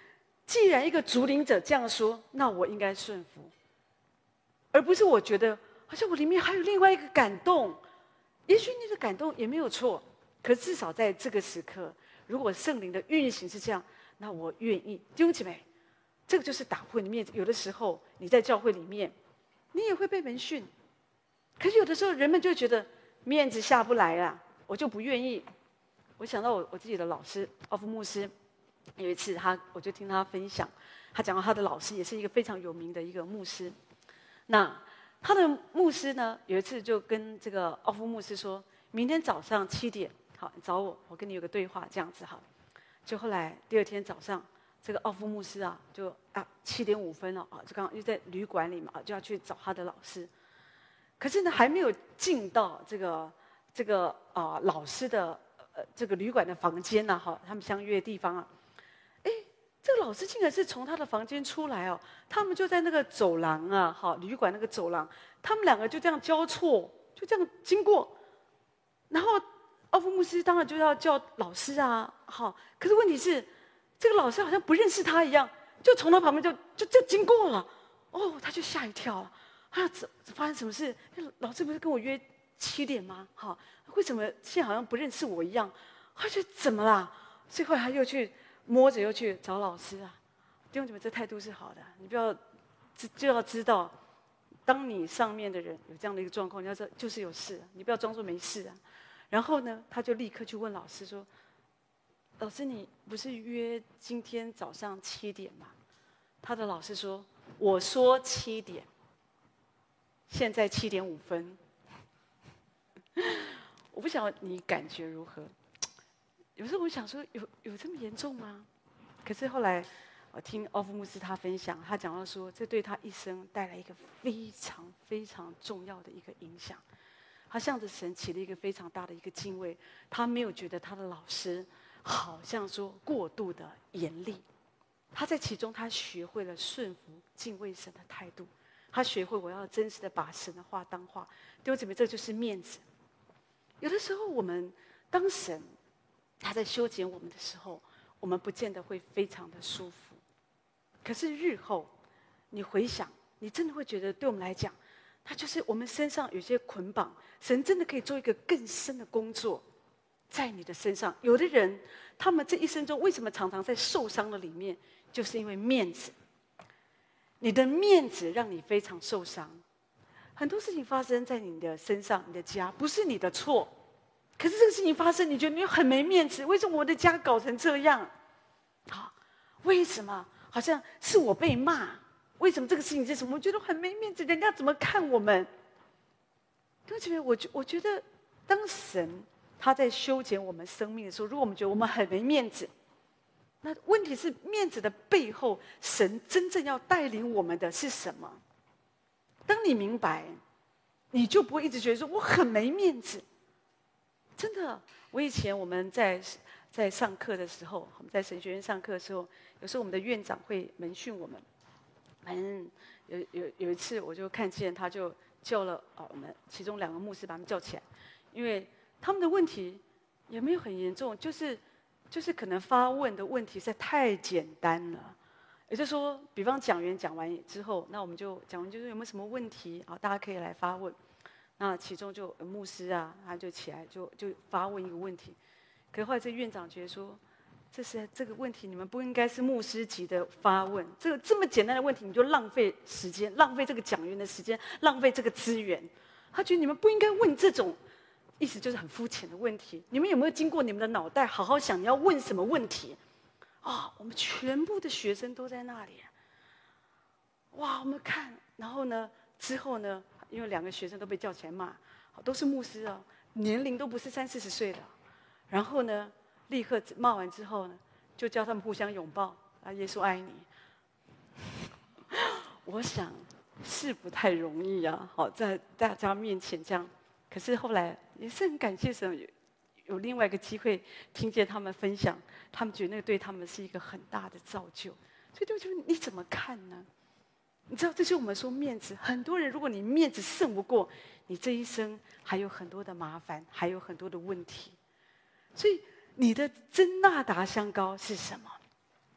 既然一个主领者这样说，那我应该顺服，而不是我觉得好像我里面还有另外一个感动。也许你的感动也没有错，可至少在这个时刻，如果圣灵的运行是这样，那我愿意。弟兄姐妹，这个就是打破你面子。有的时候你在教会里面，你也会被门训，可是有的时候人们就觉得面子下不来啊，我就不愿意。我想到我我自己的老师奥夫牧师，有一次他我就听他分享，他讲到他的老师也是一个非常有名的一个牧师。那他的牧师呢，有一次就跟这个奥夫牧师说，明天早上七点，好，你找我，我跟你有个对话，这样子好。就后来第二天早上，这个奥夫牧师啊，就啊七点五分了啊，就刚刚又在旅馆里嘛，就要去找他的老师。可是呢，还没有进到这个这个啊、呃、老师的呃这个旅馆的房间呐、啊，哈，他们相约的地方啊，哎。这个老师竟然是从他的房间出来哦，他们就在那个走廊啊，好，旅馆那个走廊，他们两个就这样交错，就这样经过。然后奥夫牧师当然就要叫老师啊，好，可是问题是，这个老师好像不认识他一样，就从他旁边就就就经过了，哦，他就吓一跳了，啊，怎发生什么事？老师不是跟我约七点吗？好，为什么现在好像不认识我一样？他就怎么啦？所以后来他又去。摸着又去找老师啊，弟兄姐妹，这态度是好的。你不要就要知道，当你上面的人有这样的一个状况，你要知道就是有事，你不要装作没事啊。然后呢，他就立刻去问老师说：“老师，你不是约今天早上七点吗？”他的老师说：“我说七点，现在七点五分。”我不晓得你感觉如何。有时候我想说，有有这么严重吗？可是后来，我听奥夫牧师他分享，他讲到说，这对他一生带来一个非常非常重要的一个影响。他向着神起了一个非常大的一个敬畏，他没有觉得他的老师好像说过度的严厉，他在其中他学会了顺服敬畏神的态度，他学会我要真实的把神的话当话。弟兄姊妹，这就是面子。有的时候我们当神他在修剪我们的时候，我们不见得会非常的舒服。可是日后，你回想，你真的会觉得，对我们来讲，它就是我们身上有些捆绑，神真的可以做一个更深的工作，在你的身上。有的人，他们这一生中为什么常常在受伤的里面，就是因为面子。你的面子让你非常受伤。很多事情发生在你的身上，你的家不是你的错。可是这个事情发生，你觉得你很没面子？为什么我的家搞成这样？好，为什么好像是我被骂？为什么这个事情是什么？我觉得很没面子，人家怎么看我们？弟兄姐妹，我觉我觉得，当神他在修剪我们生命的时候，如果我们觉得我们很没面子，那问题是面子的背后，神真正要带领我们的是什么？当你明白，你就不会一直觉得说我很没面子。真的，我以前我们在在上课的时候，我们在神学院上课的时候，有时候我们的院长会门训我们。反正有有有一次，我就看见他就叫了啊，我们其中两个牧师把他们叫起来，因为他们的问题也没有很严重，就是就是可能发问的问题实在太简单了。也就是说，比方讲员讲完之后，那我们就讲完就是有没有什么问题啊，大家可以来发问。那其中就有牧师啊，他就起来就就发问一个问题，可是后来这院长觉得说，这是这个问题你们不应该是牧师级的发问，这个这么简单的问题你就浪费时间，浪费这个讲员的时间，浪费这个资源。他觉得你们不应该问这种，意思就是很肤浅的问题。你们有没有经过你们的脑袋好好想你要问什么问题？啊、哦，我们全部的学生都在那里。哇，我们看，然后呢，之后呢？因为两个学生都被叫起来骂，都是牧师哦，年龄都不是三四十岁的。然后呢，立刻骂完之后呢，就叫他们互相拥抱，啊，耶稣爱你。我想是不太容易啊，好在大家面前这样。可是后来也是很感谢神，有有另外一个机会听见他们分享，他们觉得那个对他们是一个很大的造就。所以就觉得你怎么看呢？你知道，这是我们说面子。很多人，如果你面子胜不过，你这一生还有很多的麻烦，还有很多的问题。所以，你的真纳达香膏是什么？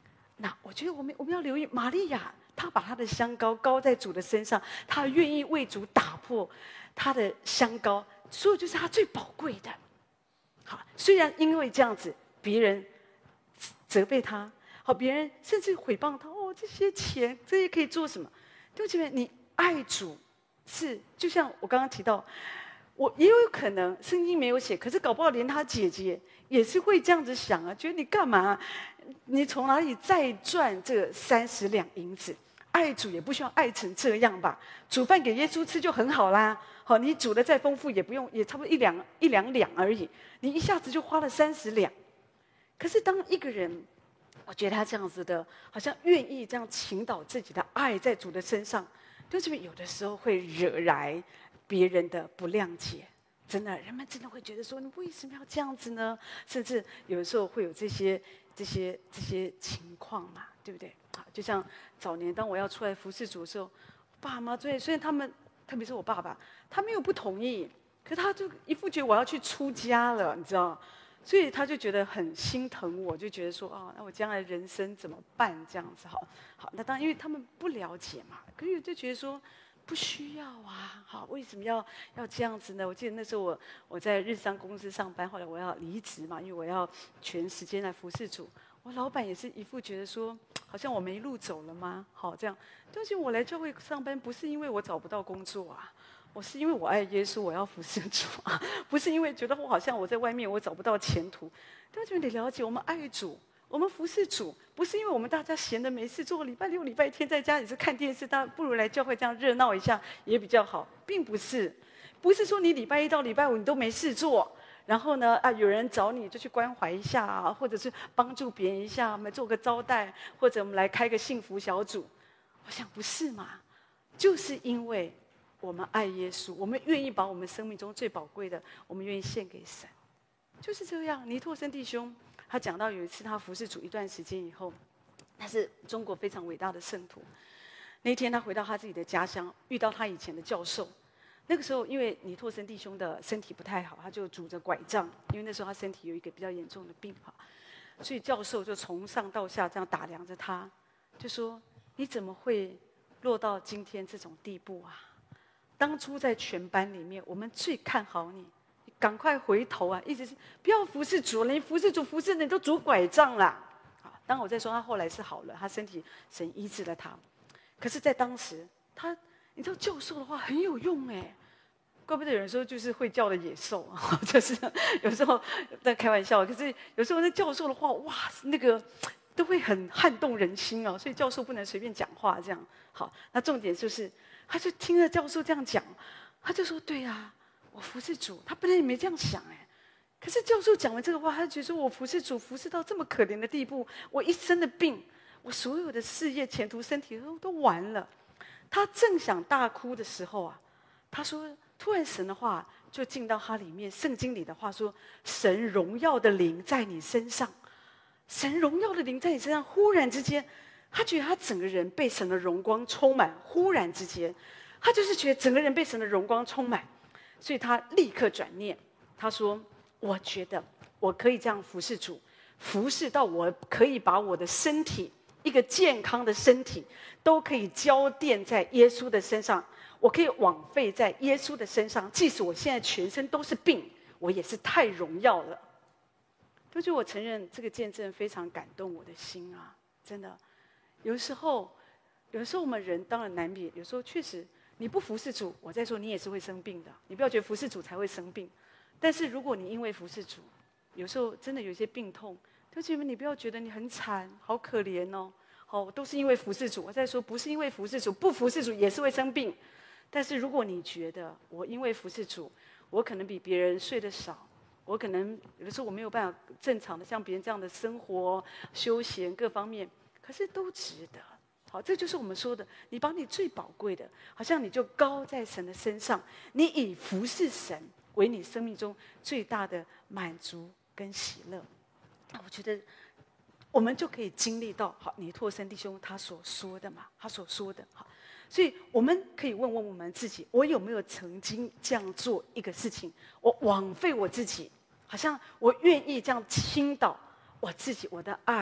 那我觉得我们我们要留意玛利亚，她把她的香膏膏在主的身上，她愿意为主打破她的香膏，所有就是她最宝贵的。好，虽然因为这样子，别人责备她，好，别人甚至诽谤她，哦，这些钱这些可以做什么？对不起，你爱主是就像我刚刚提到。我也有可能圣经没有写，可是搞不好连他姐姐也是会这样子想啊，觉得你干嘛？你从哪里再赚这三十两银子？爱主也不需要爱成这样吧？煮饭给耶稣吃就很好啦。好，你煮的再丰富也不用，也差不多一两一两两而已。你一下子就花了三十两。可是当一个人，我觉得他这样子的，好像愿意这样倾倒自己的爱在主的身上，对这边有的时候会惹来别人的不谅解，真的，人们真的会觉得说，你为什么要这样子呢？甚至有的时候会有这些、这些、这些情况嘛，对不对？啊，就像早年当我要出来服侍主的时候，爸妈虽虽然他们，特别是我爸爸，他没有不同意，可他就一副觉得我要去出家了，你知道，所以他就觉得很心疼我，就觉得说，啊，那我将来人生怎么办？这样子，好，好，那当然因为他们不了解嘛，可是就觉得说。不需要啊，好，为什么要要这样子呢？我记得那时候我我在日商公司上班，后来我要离职嘛，因为我要全时间来服侍主。我老板也是一副觉得说，好像我没路走了吗？好，这样，但是我来教会上班不是因为我找不到工作啊，我是因为我爱耶稣，我要服侍主啊，不是因为觉得我好像我在外面我找不到前途。但是你了解，我们爱主。我们服侍主，不是因为我们大家闲的没事做，礼拜六、礼拜天在家里是看电视，大家不如来教会这样热闹一下也比较好，并不是，不是说你礼拜一到礼拜五你都没事做，然后呢啊有人找你就去关怀一下啊，或者是帮助别人一下，我们做个招待，或者我们来开个幸福小组，我想不是嘛？就是因为我们爱耶稣，我们愿意把我们生命中最宝贵的，我们愿意献给神，就是这样。尼托生弟兄。他讲到有一次他服侍主一段时间以后，他是中国非常伟大的圣徒。那天他回到他自己的家乡，遇到他以前的教授。那个时候因为尼托生弟兄的身体不太好，他就拄着拐杖，因为那时候他身体有一个比较严重的病哈，所以教授就从上到下这样打量着他，就说：“你怎么会落到今天这种地步啊？当初在全班里面，我们最看好你。”赶快回头啊！一直是不要服侍主了，你服侍主服侍你都拄拐杖啦。啊，当然我在说他后来是好了，他身体神医治了他。可是，在当时，他你知道教授的话很有用哎，怪不得有人说就是会叫的野兽啊，就是有时候在开玩笑，可是有时候那教授的话，哇，那个都会很撼动人心啊，所以教授不能随便讲话这样。好，那重点就是，他就听着教授这样讲，他就说：“对呀、啊。”我服侍主，他本来也没这样想哎，可是教授讲完这个话，他觉得说我服侍主服侍到这么可怜的地步，我一生的病，我所有的事业、前途、身体都都完了。他正想大哭的时候啊，他说，突然神的话就进到他里面，圣经里的话说，神荣耀的灵在你身上，神荣耀的灵在你身上，忽然之间，他觉得他整个人被神的荣光充满，忽然之间，他就是觉得整个人被神的荣光充满。所以他立刻转念，他说：“我觉得我可以这样服侍主，服侍到我可以把我的身体，一个健康的身体，都可以交奠在耶稣的身上，我可以枉费在耶稣的身上。即使我现在全身都是病，我也是太荣耀了。”不就我承认这个见证非常感动我的心啊！真的，有时候，有时候我们人当然难免，有时候确实。你不服侍主，我再说你也是会生病的。你不要觉得服侍主才会生病，但是如果你因为服侍主，有时候真的有一些病痛，就姐妹你不要觉得你很惨，好可怜哦。好，都是因为服侍主。我再说不是因为服侍主，不服侍主也是会生病。但是如果你觉得我因为服侍主，我可能比别人睡得少，我可能有的时候我没有办法正常的像别人这样的生活、休闲各方面，可是都值得。好，这就是我们说的，你把你最宝贵的，好像你就高在神的身上，你以服侍神为你生命中最大的满足跟喜乐。那我觉得，我们就可以经历到，好，尼托生弟兄他所说的嘛，他所说的，好，所以我们可以问问我们自己，我有没有曾经这样做一个事情，我枉费我自己，好像我愿意这样倾倒我自己，我的爱。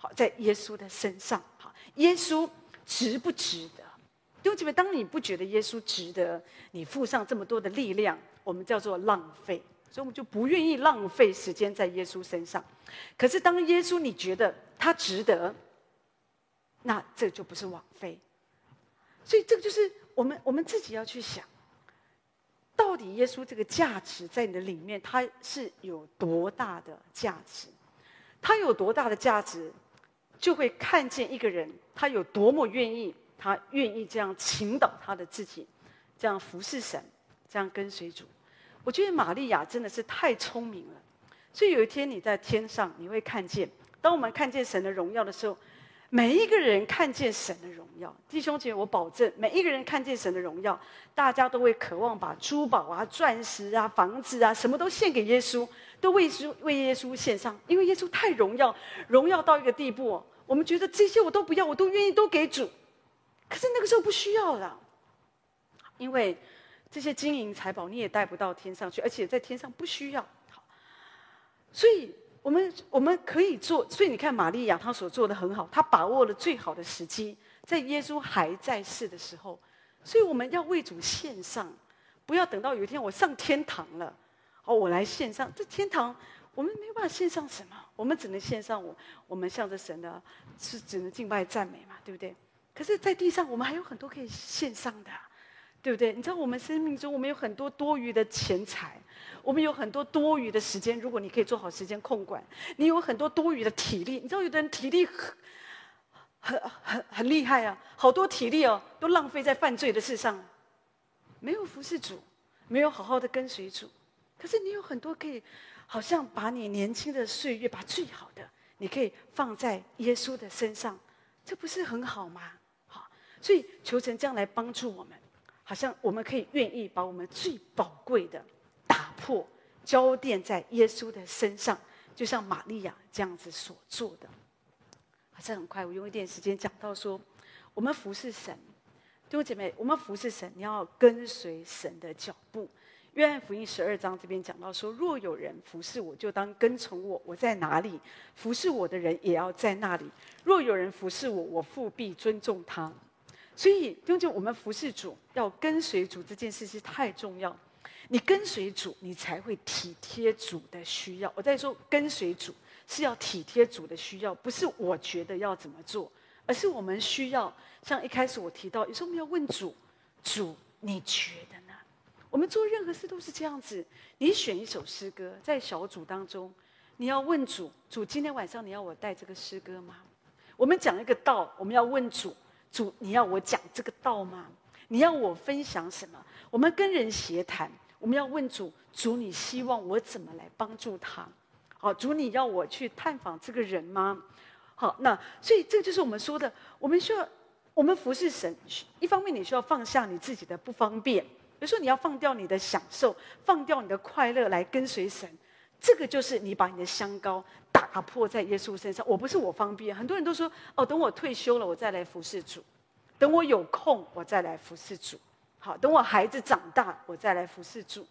好，在耶稣的身上。好，耶稣值不值得？弟兄姐妹，当你不觉得耶稣值得你付上这么多的力量，我们叫做浪费，所以我们就不愿意浪费时间在耶稣身上。可是当耶稣你觉得他值得，那这就不是枉费。所以这个就是我们我们自己要去想，到底耶稣这个价值在你的里面，它是有多大的价值？他有多大的价值，就会看见一个人他有多么愿意，他愿意这样倾倒他的自己，这样服侍神，这样跟随主。我觉得玛利亚真的是太聪明了，所以有一天你在天上，你会看见，当我们看见神的荣耀的时候，每一个人看见神的荣耀，弟兄姐妹，我保证，每一个人看见神的荣耀，大家都会渴望把珠宝啊、钻石啊、房子啊，什么都献给耶稣，都为稣为耶稣献上，因为耶稣太荣耀，荣耀到一个地步哦，我们觉得这些我都不要，我都愿意都给主。可是那个时候不需要了，因为这些金银财宝你也带不到天上去，而且在天上不需要。好，所以。我们我们可以做，所以你看玛利亚她所做的很好，她把握了最好的时机，在耶稣还在世的时候，所以我们要为主献上，不要等到有一天我上天堂了，哦，我来献上。这天堂我们没有办法献上什么，我们只能献上我我们向着神的，是只能敬拜赞美嘛，对不对？可是，在地上我们还有很多可以献上的，对不对？你知道我们生命中我们有很多多余的钱财。我们有很多多余的时间，如果你可以做好时间控管，你有很多多余的体力。你知道，有的人体力很、很、很、很厉害啊，好多体力哦，都浪费在犯罪的事上，没有服侍主，没有好好的跟随主。可是你有很多可以，好像把你年轻的岁月，把最好的，你可以放在耶稣的身上，这不是很好吗？好，所以求神将来帮助我们，好像我们可以愿意把我们最宝贵的。打破焦点在耶稣的身上，就像玛利亚这样子所做的。还是很快，我用一点时间讲到说，我们服侍神，弟兄姐妹，我们服侍神，你要跟随神的脚步。约翰福音十二章这边讲到说，若有人服侍我，就当跟从我，我在哪里，服侍我的人也要在那里。若有人服侍我，我父必尊重他。所以，弟兄姐妹，我们服侍主，要跟随主这件事情太重要。你跟随主，你才会体贴主的需要。我在说跟随主是要体贴主的需要，不是我觉得要怎么做，而是我们需要。像一开始我提到，有时候我们要问主，主你觉得呢？我们做任何事都是这样子。你选一首诗歌，在小组当中，你要问主，主今天晚上你要我带这个诗歌吗？我们讲一个道，我们要问主，主你要我讲这个道吗？你要我分享什么？我们跟人协谈。我们要问主，主你希望我怎么来帮助他？好，主你要我去探访这个人吗？好，那所以这就是我们说的，我们需要，我们服侍神，一方面你需要放下你自己的不方便，有时候你要放掉你的享受，放掉你的快乐来跟随神。这个就是你把你的香膏打破在耶稣身上。我不是我方便，很多人都说哦，等我退休了我再来服侍主，等我有空我再来服侍主。好，等我孩子长大，我再来服侍主。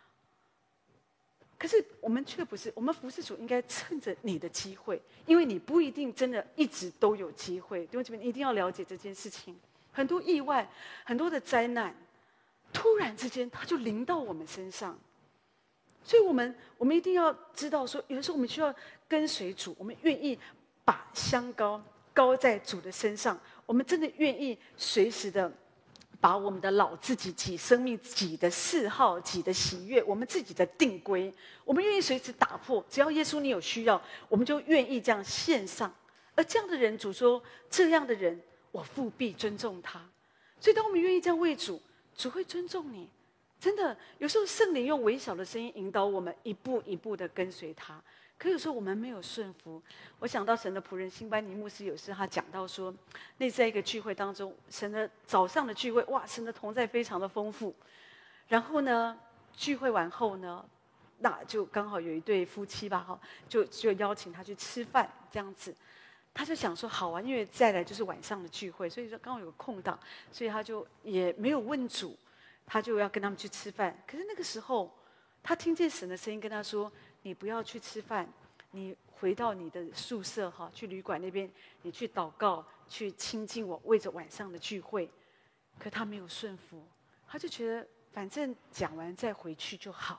可是我们却不是，我们服侍主应该趁着你的机会，因为你不一定真的一直都有机会。弟兄姐妹，你一定要了解这件事情。很多意外，很多的灾难，突然之间它就临到我们身上。所以我们我们一定要知道说，有的时候我们需要跟随主，我们愿意把香膏膏在主的身上，我们真的愿意随时的。把我们的老自己、己生命、己的嗜好、己的喜悦，我们自己的定规，我们愿意随时打破。只要耶稣你有需要，我们就愿意这样献上。而这样的人，主说：“这样的人，我父必尊重他。”所以，当我们愿意这样为主，主会尊重你。真的，有时候圣灵用微小的声音引导我们，一步一步的跟随他。可有时候我们没有顺服。我想到神的仆人辛班尼牧师有时他讲到说，那在一个聚会当中，神的早上的聚会，哇，神的同在非常的丰富。然后呢，聚会完后呢，那就刚好有一对夫妻吧，哈，就就邀请他去吃饭这样子。他就想说好啊，因为再来就是晚上的聚会，所以说刚好有个空档，所以他就也没有问主，他就要跟他们去吃饭。可是那个时候，他听见神的声音跟他说：“你不要去吃饭， 你回到你的宿舍哈，去旅馆那边，你去祷告，去亲近我，为着晚上的聚会。可他没有顺服，他就觉得反正讲完再回去就好。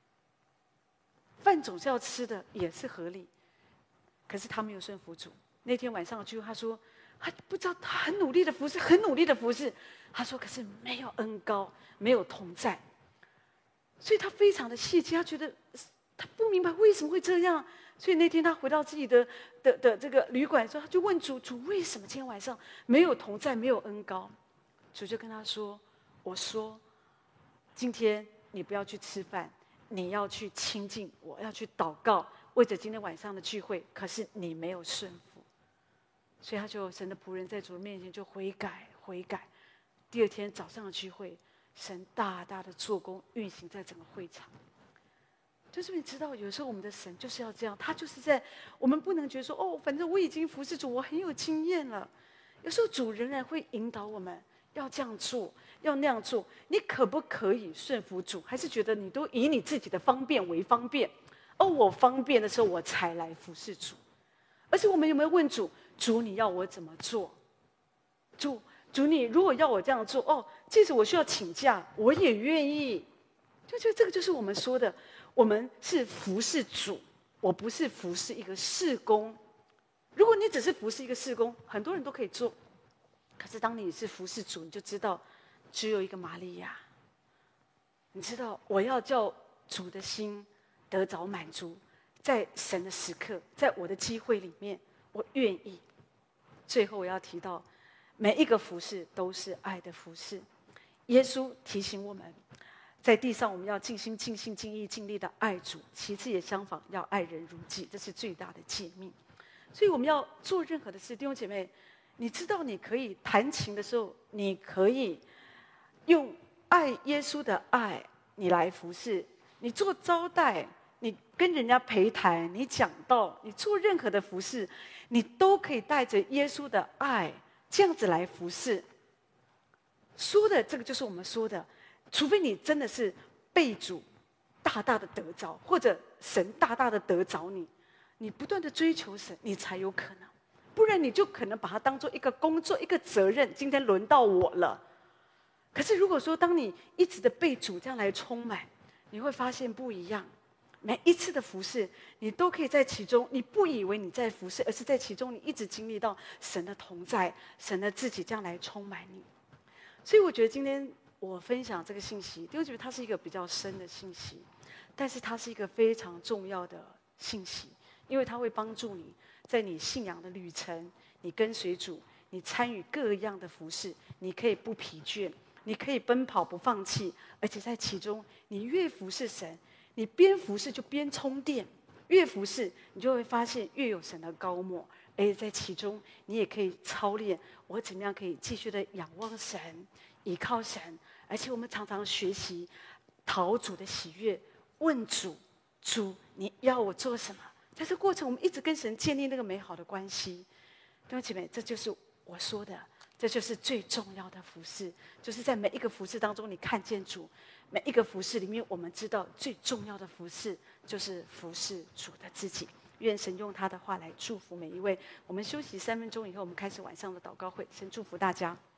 饭总是要吃的，也是合理。可是他没有顺服主。那天晚上的聚会，他说他不知道，他很努力的服侍，很努力的服侍。他说可是没有恩膏，没有同在，所以他非常的泄气，他觉得他不明白为什么会这样。所以那天他回到自己的的的这个旅馆的时候，他就问主：主为什么今天晚上没有同在，没有恩膏？主就跟他说：我说，今天你不要去吃饭，你要去亲近我，要去祷告，为着今天晚上的聚会。可是你没有顺服，所以他就神的仆人在主的面前就悔改悔改。第二天早上的聚会，神大大的做工运行在整个会场。就是你知道，有时候我们的神就是要这样，他就是在我们不能觉得说哦，反正我已经服侍主，我很有经验了。有时候主仍然会引导我们要这样做，要那样做。你可不可以顺服主？还是觉得你都以你自己的方便为方便？哦，我方便的时候我才来服侍主。而且我们有没有问主：主，你要我怎么做？主，主，你如果要我这样做，哦，即使我需要请假，我也愿意。就觉得这个就是我们说的，我们是服侍主，我不是服侍一个事工。如果你只是服侍一个事工，很多人都可以做。可是当你是服侍主，你就知道，只有一个玛利亚。你知道，我要叫主的心得着满足，在神的时刻，在我的机会里面，我愿意。最后我要提到，每一个服侍都是爱的服侍。耶稣提醒我们，在地上我们要尽心、尽心、尽意、尽力的爱主，其次也相仿，要爱人如己，这是最大的诫命。所以我们要做任何的事，弟兄姐妹，你知道你可以弹琴的时候，你可以用爱耶稣的爱，你来服侍。你做招待，你跟人家陪谈，你讲道，你做任何的服侍，你都可以带着耶稣的爱，这样子来服侍。说的这个就是我们说的，除非你真的是被主大大的得着，或者神大大的得着你，你不断的追求神，你才有可能。不然你就可能把它当做一个工作，一个责任，今天轮到我了。可是如果说当你一直的被主这样来充满，你会发现不一样。每一次的服侍，你都可以在其中，你不以为你在服侍，而是在其中你一直经历到神的同在，神的自己这样来充满你。所以我觉得今天我分享这个信息，我觉得它是一个比较深的信息，但是它是一个非常重要的信息，因为它会帮助你在你信仰的旅程，你跟随主，你参与各样的服事，你可以不疲倦，你可以奔跑不放弃，而且在其中，你越服侍神，你边服侍就边充电，越服侍你就会发现越有神的高莫，而且在其中，你也可以操练我怎么样可以继续的仰望神，依靠神，而且我们常常学习讨主的喜悦，问主，主你要我做什么？在这过程，我们一直跟神建立那个美好的关系。弟兄姐妹，这就是我说的，这就是最重要的服事，就是在每一个服事当中，你看见主。每一个服事里面，我们知道最重要的服事就是服事主的自己。愿神用他的话来祝福每一位。我们休息三分钟以后，我们开始晚上的祷告会。先祝福大家。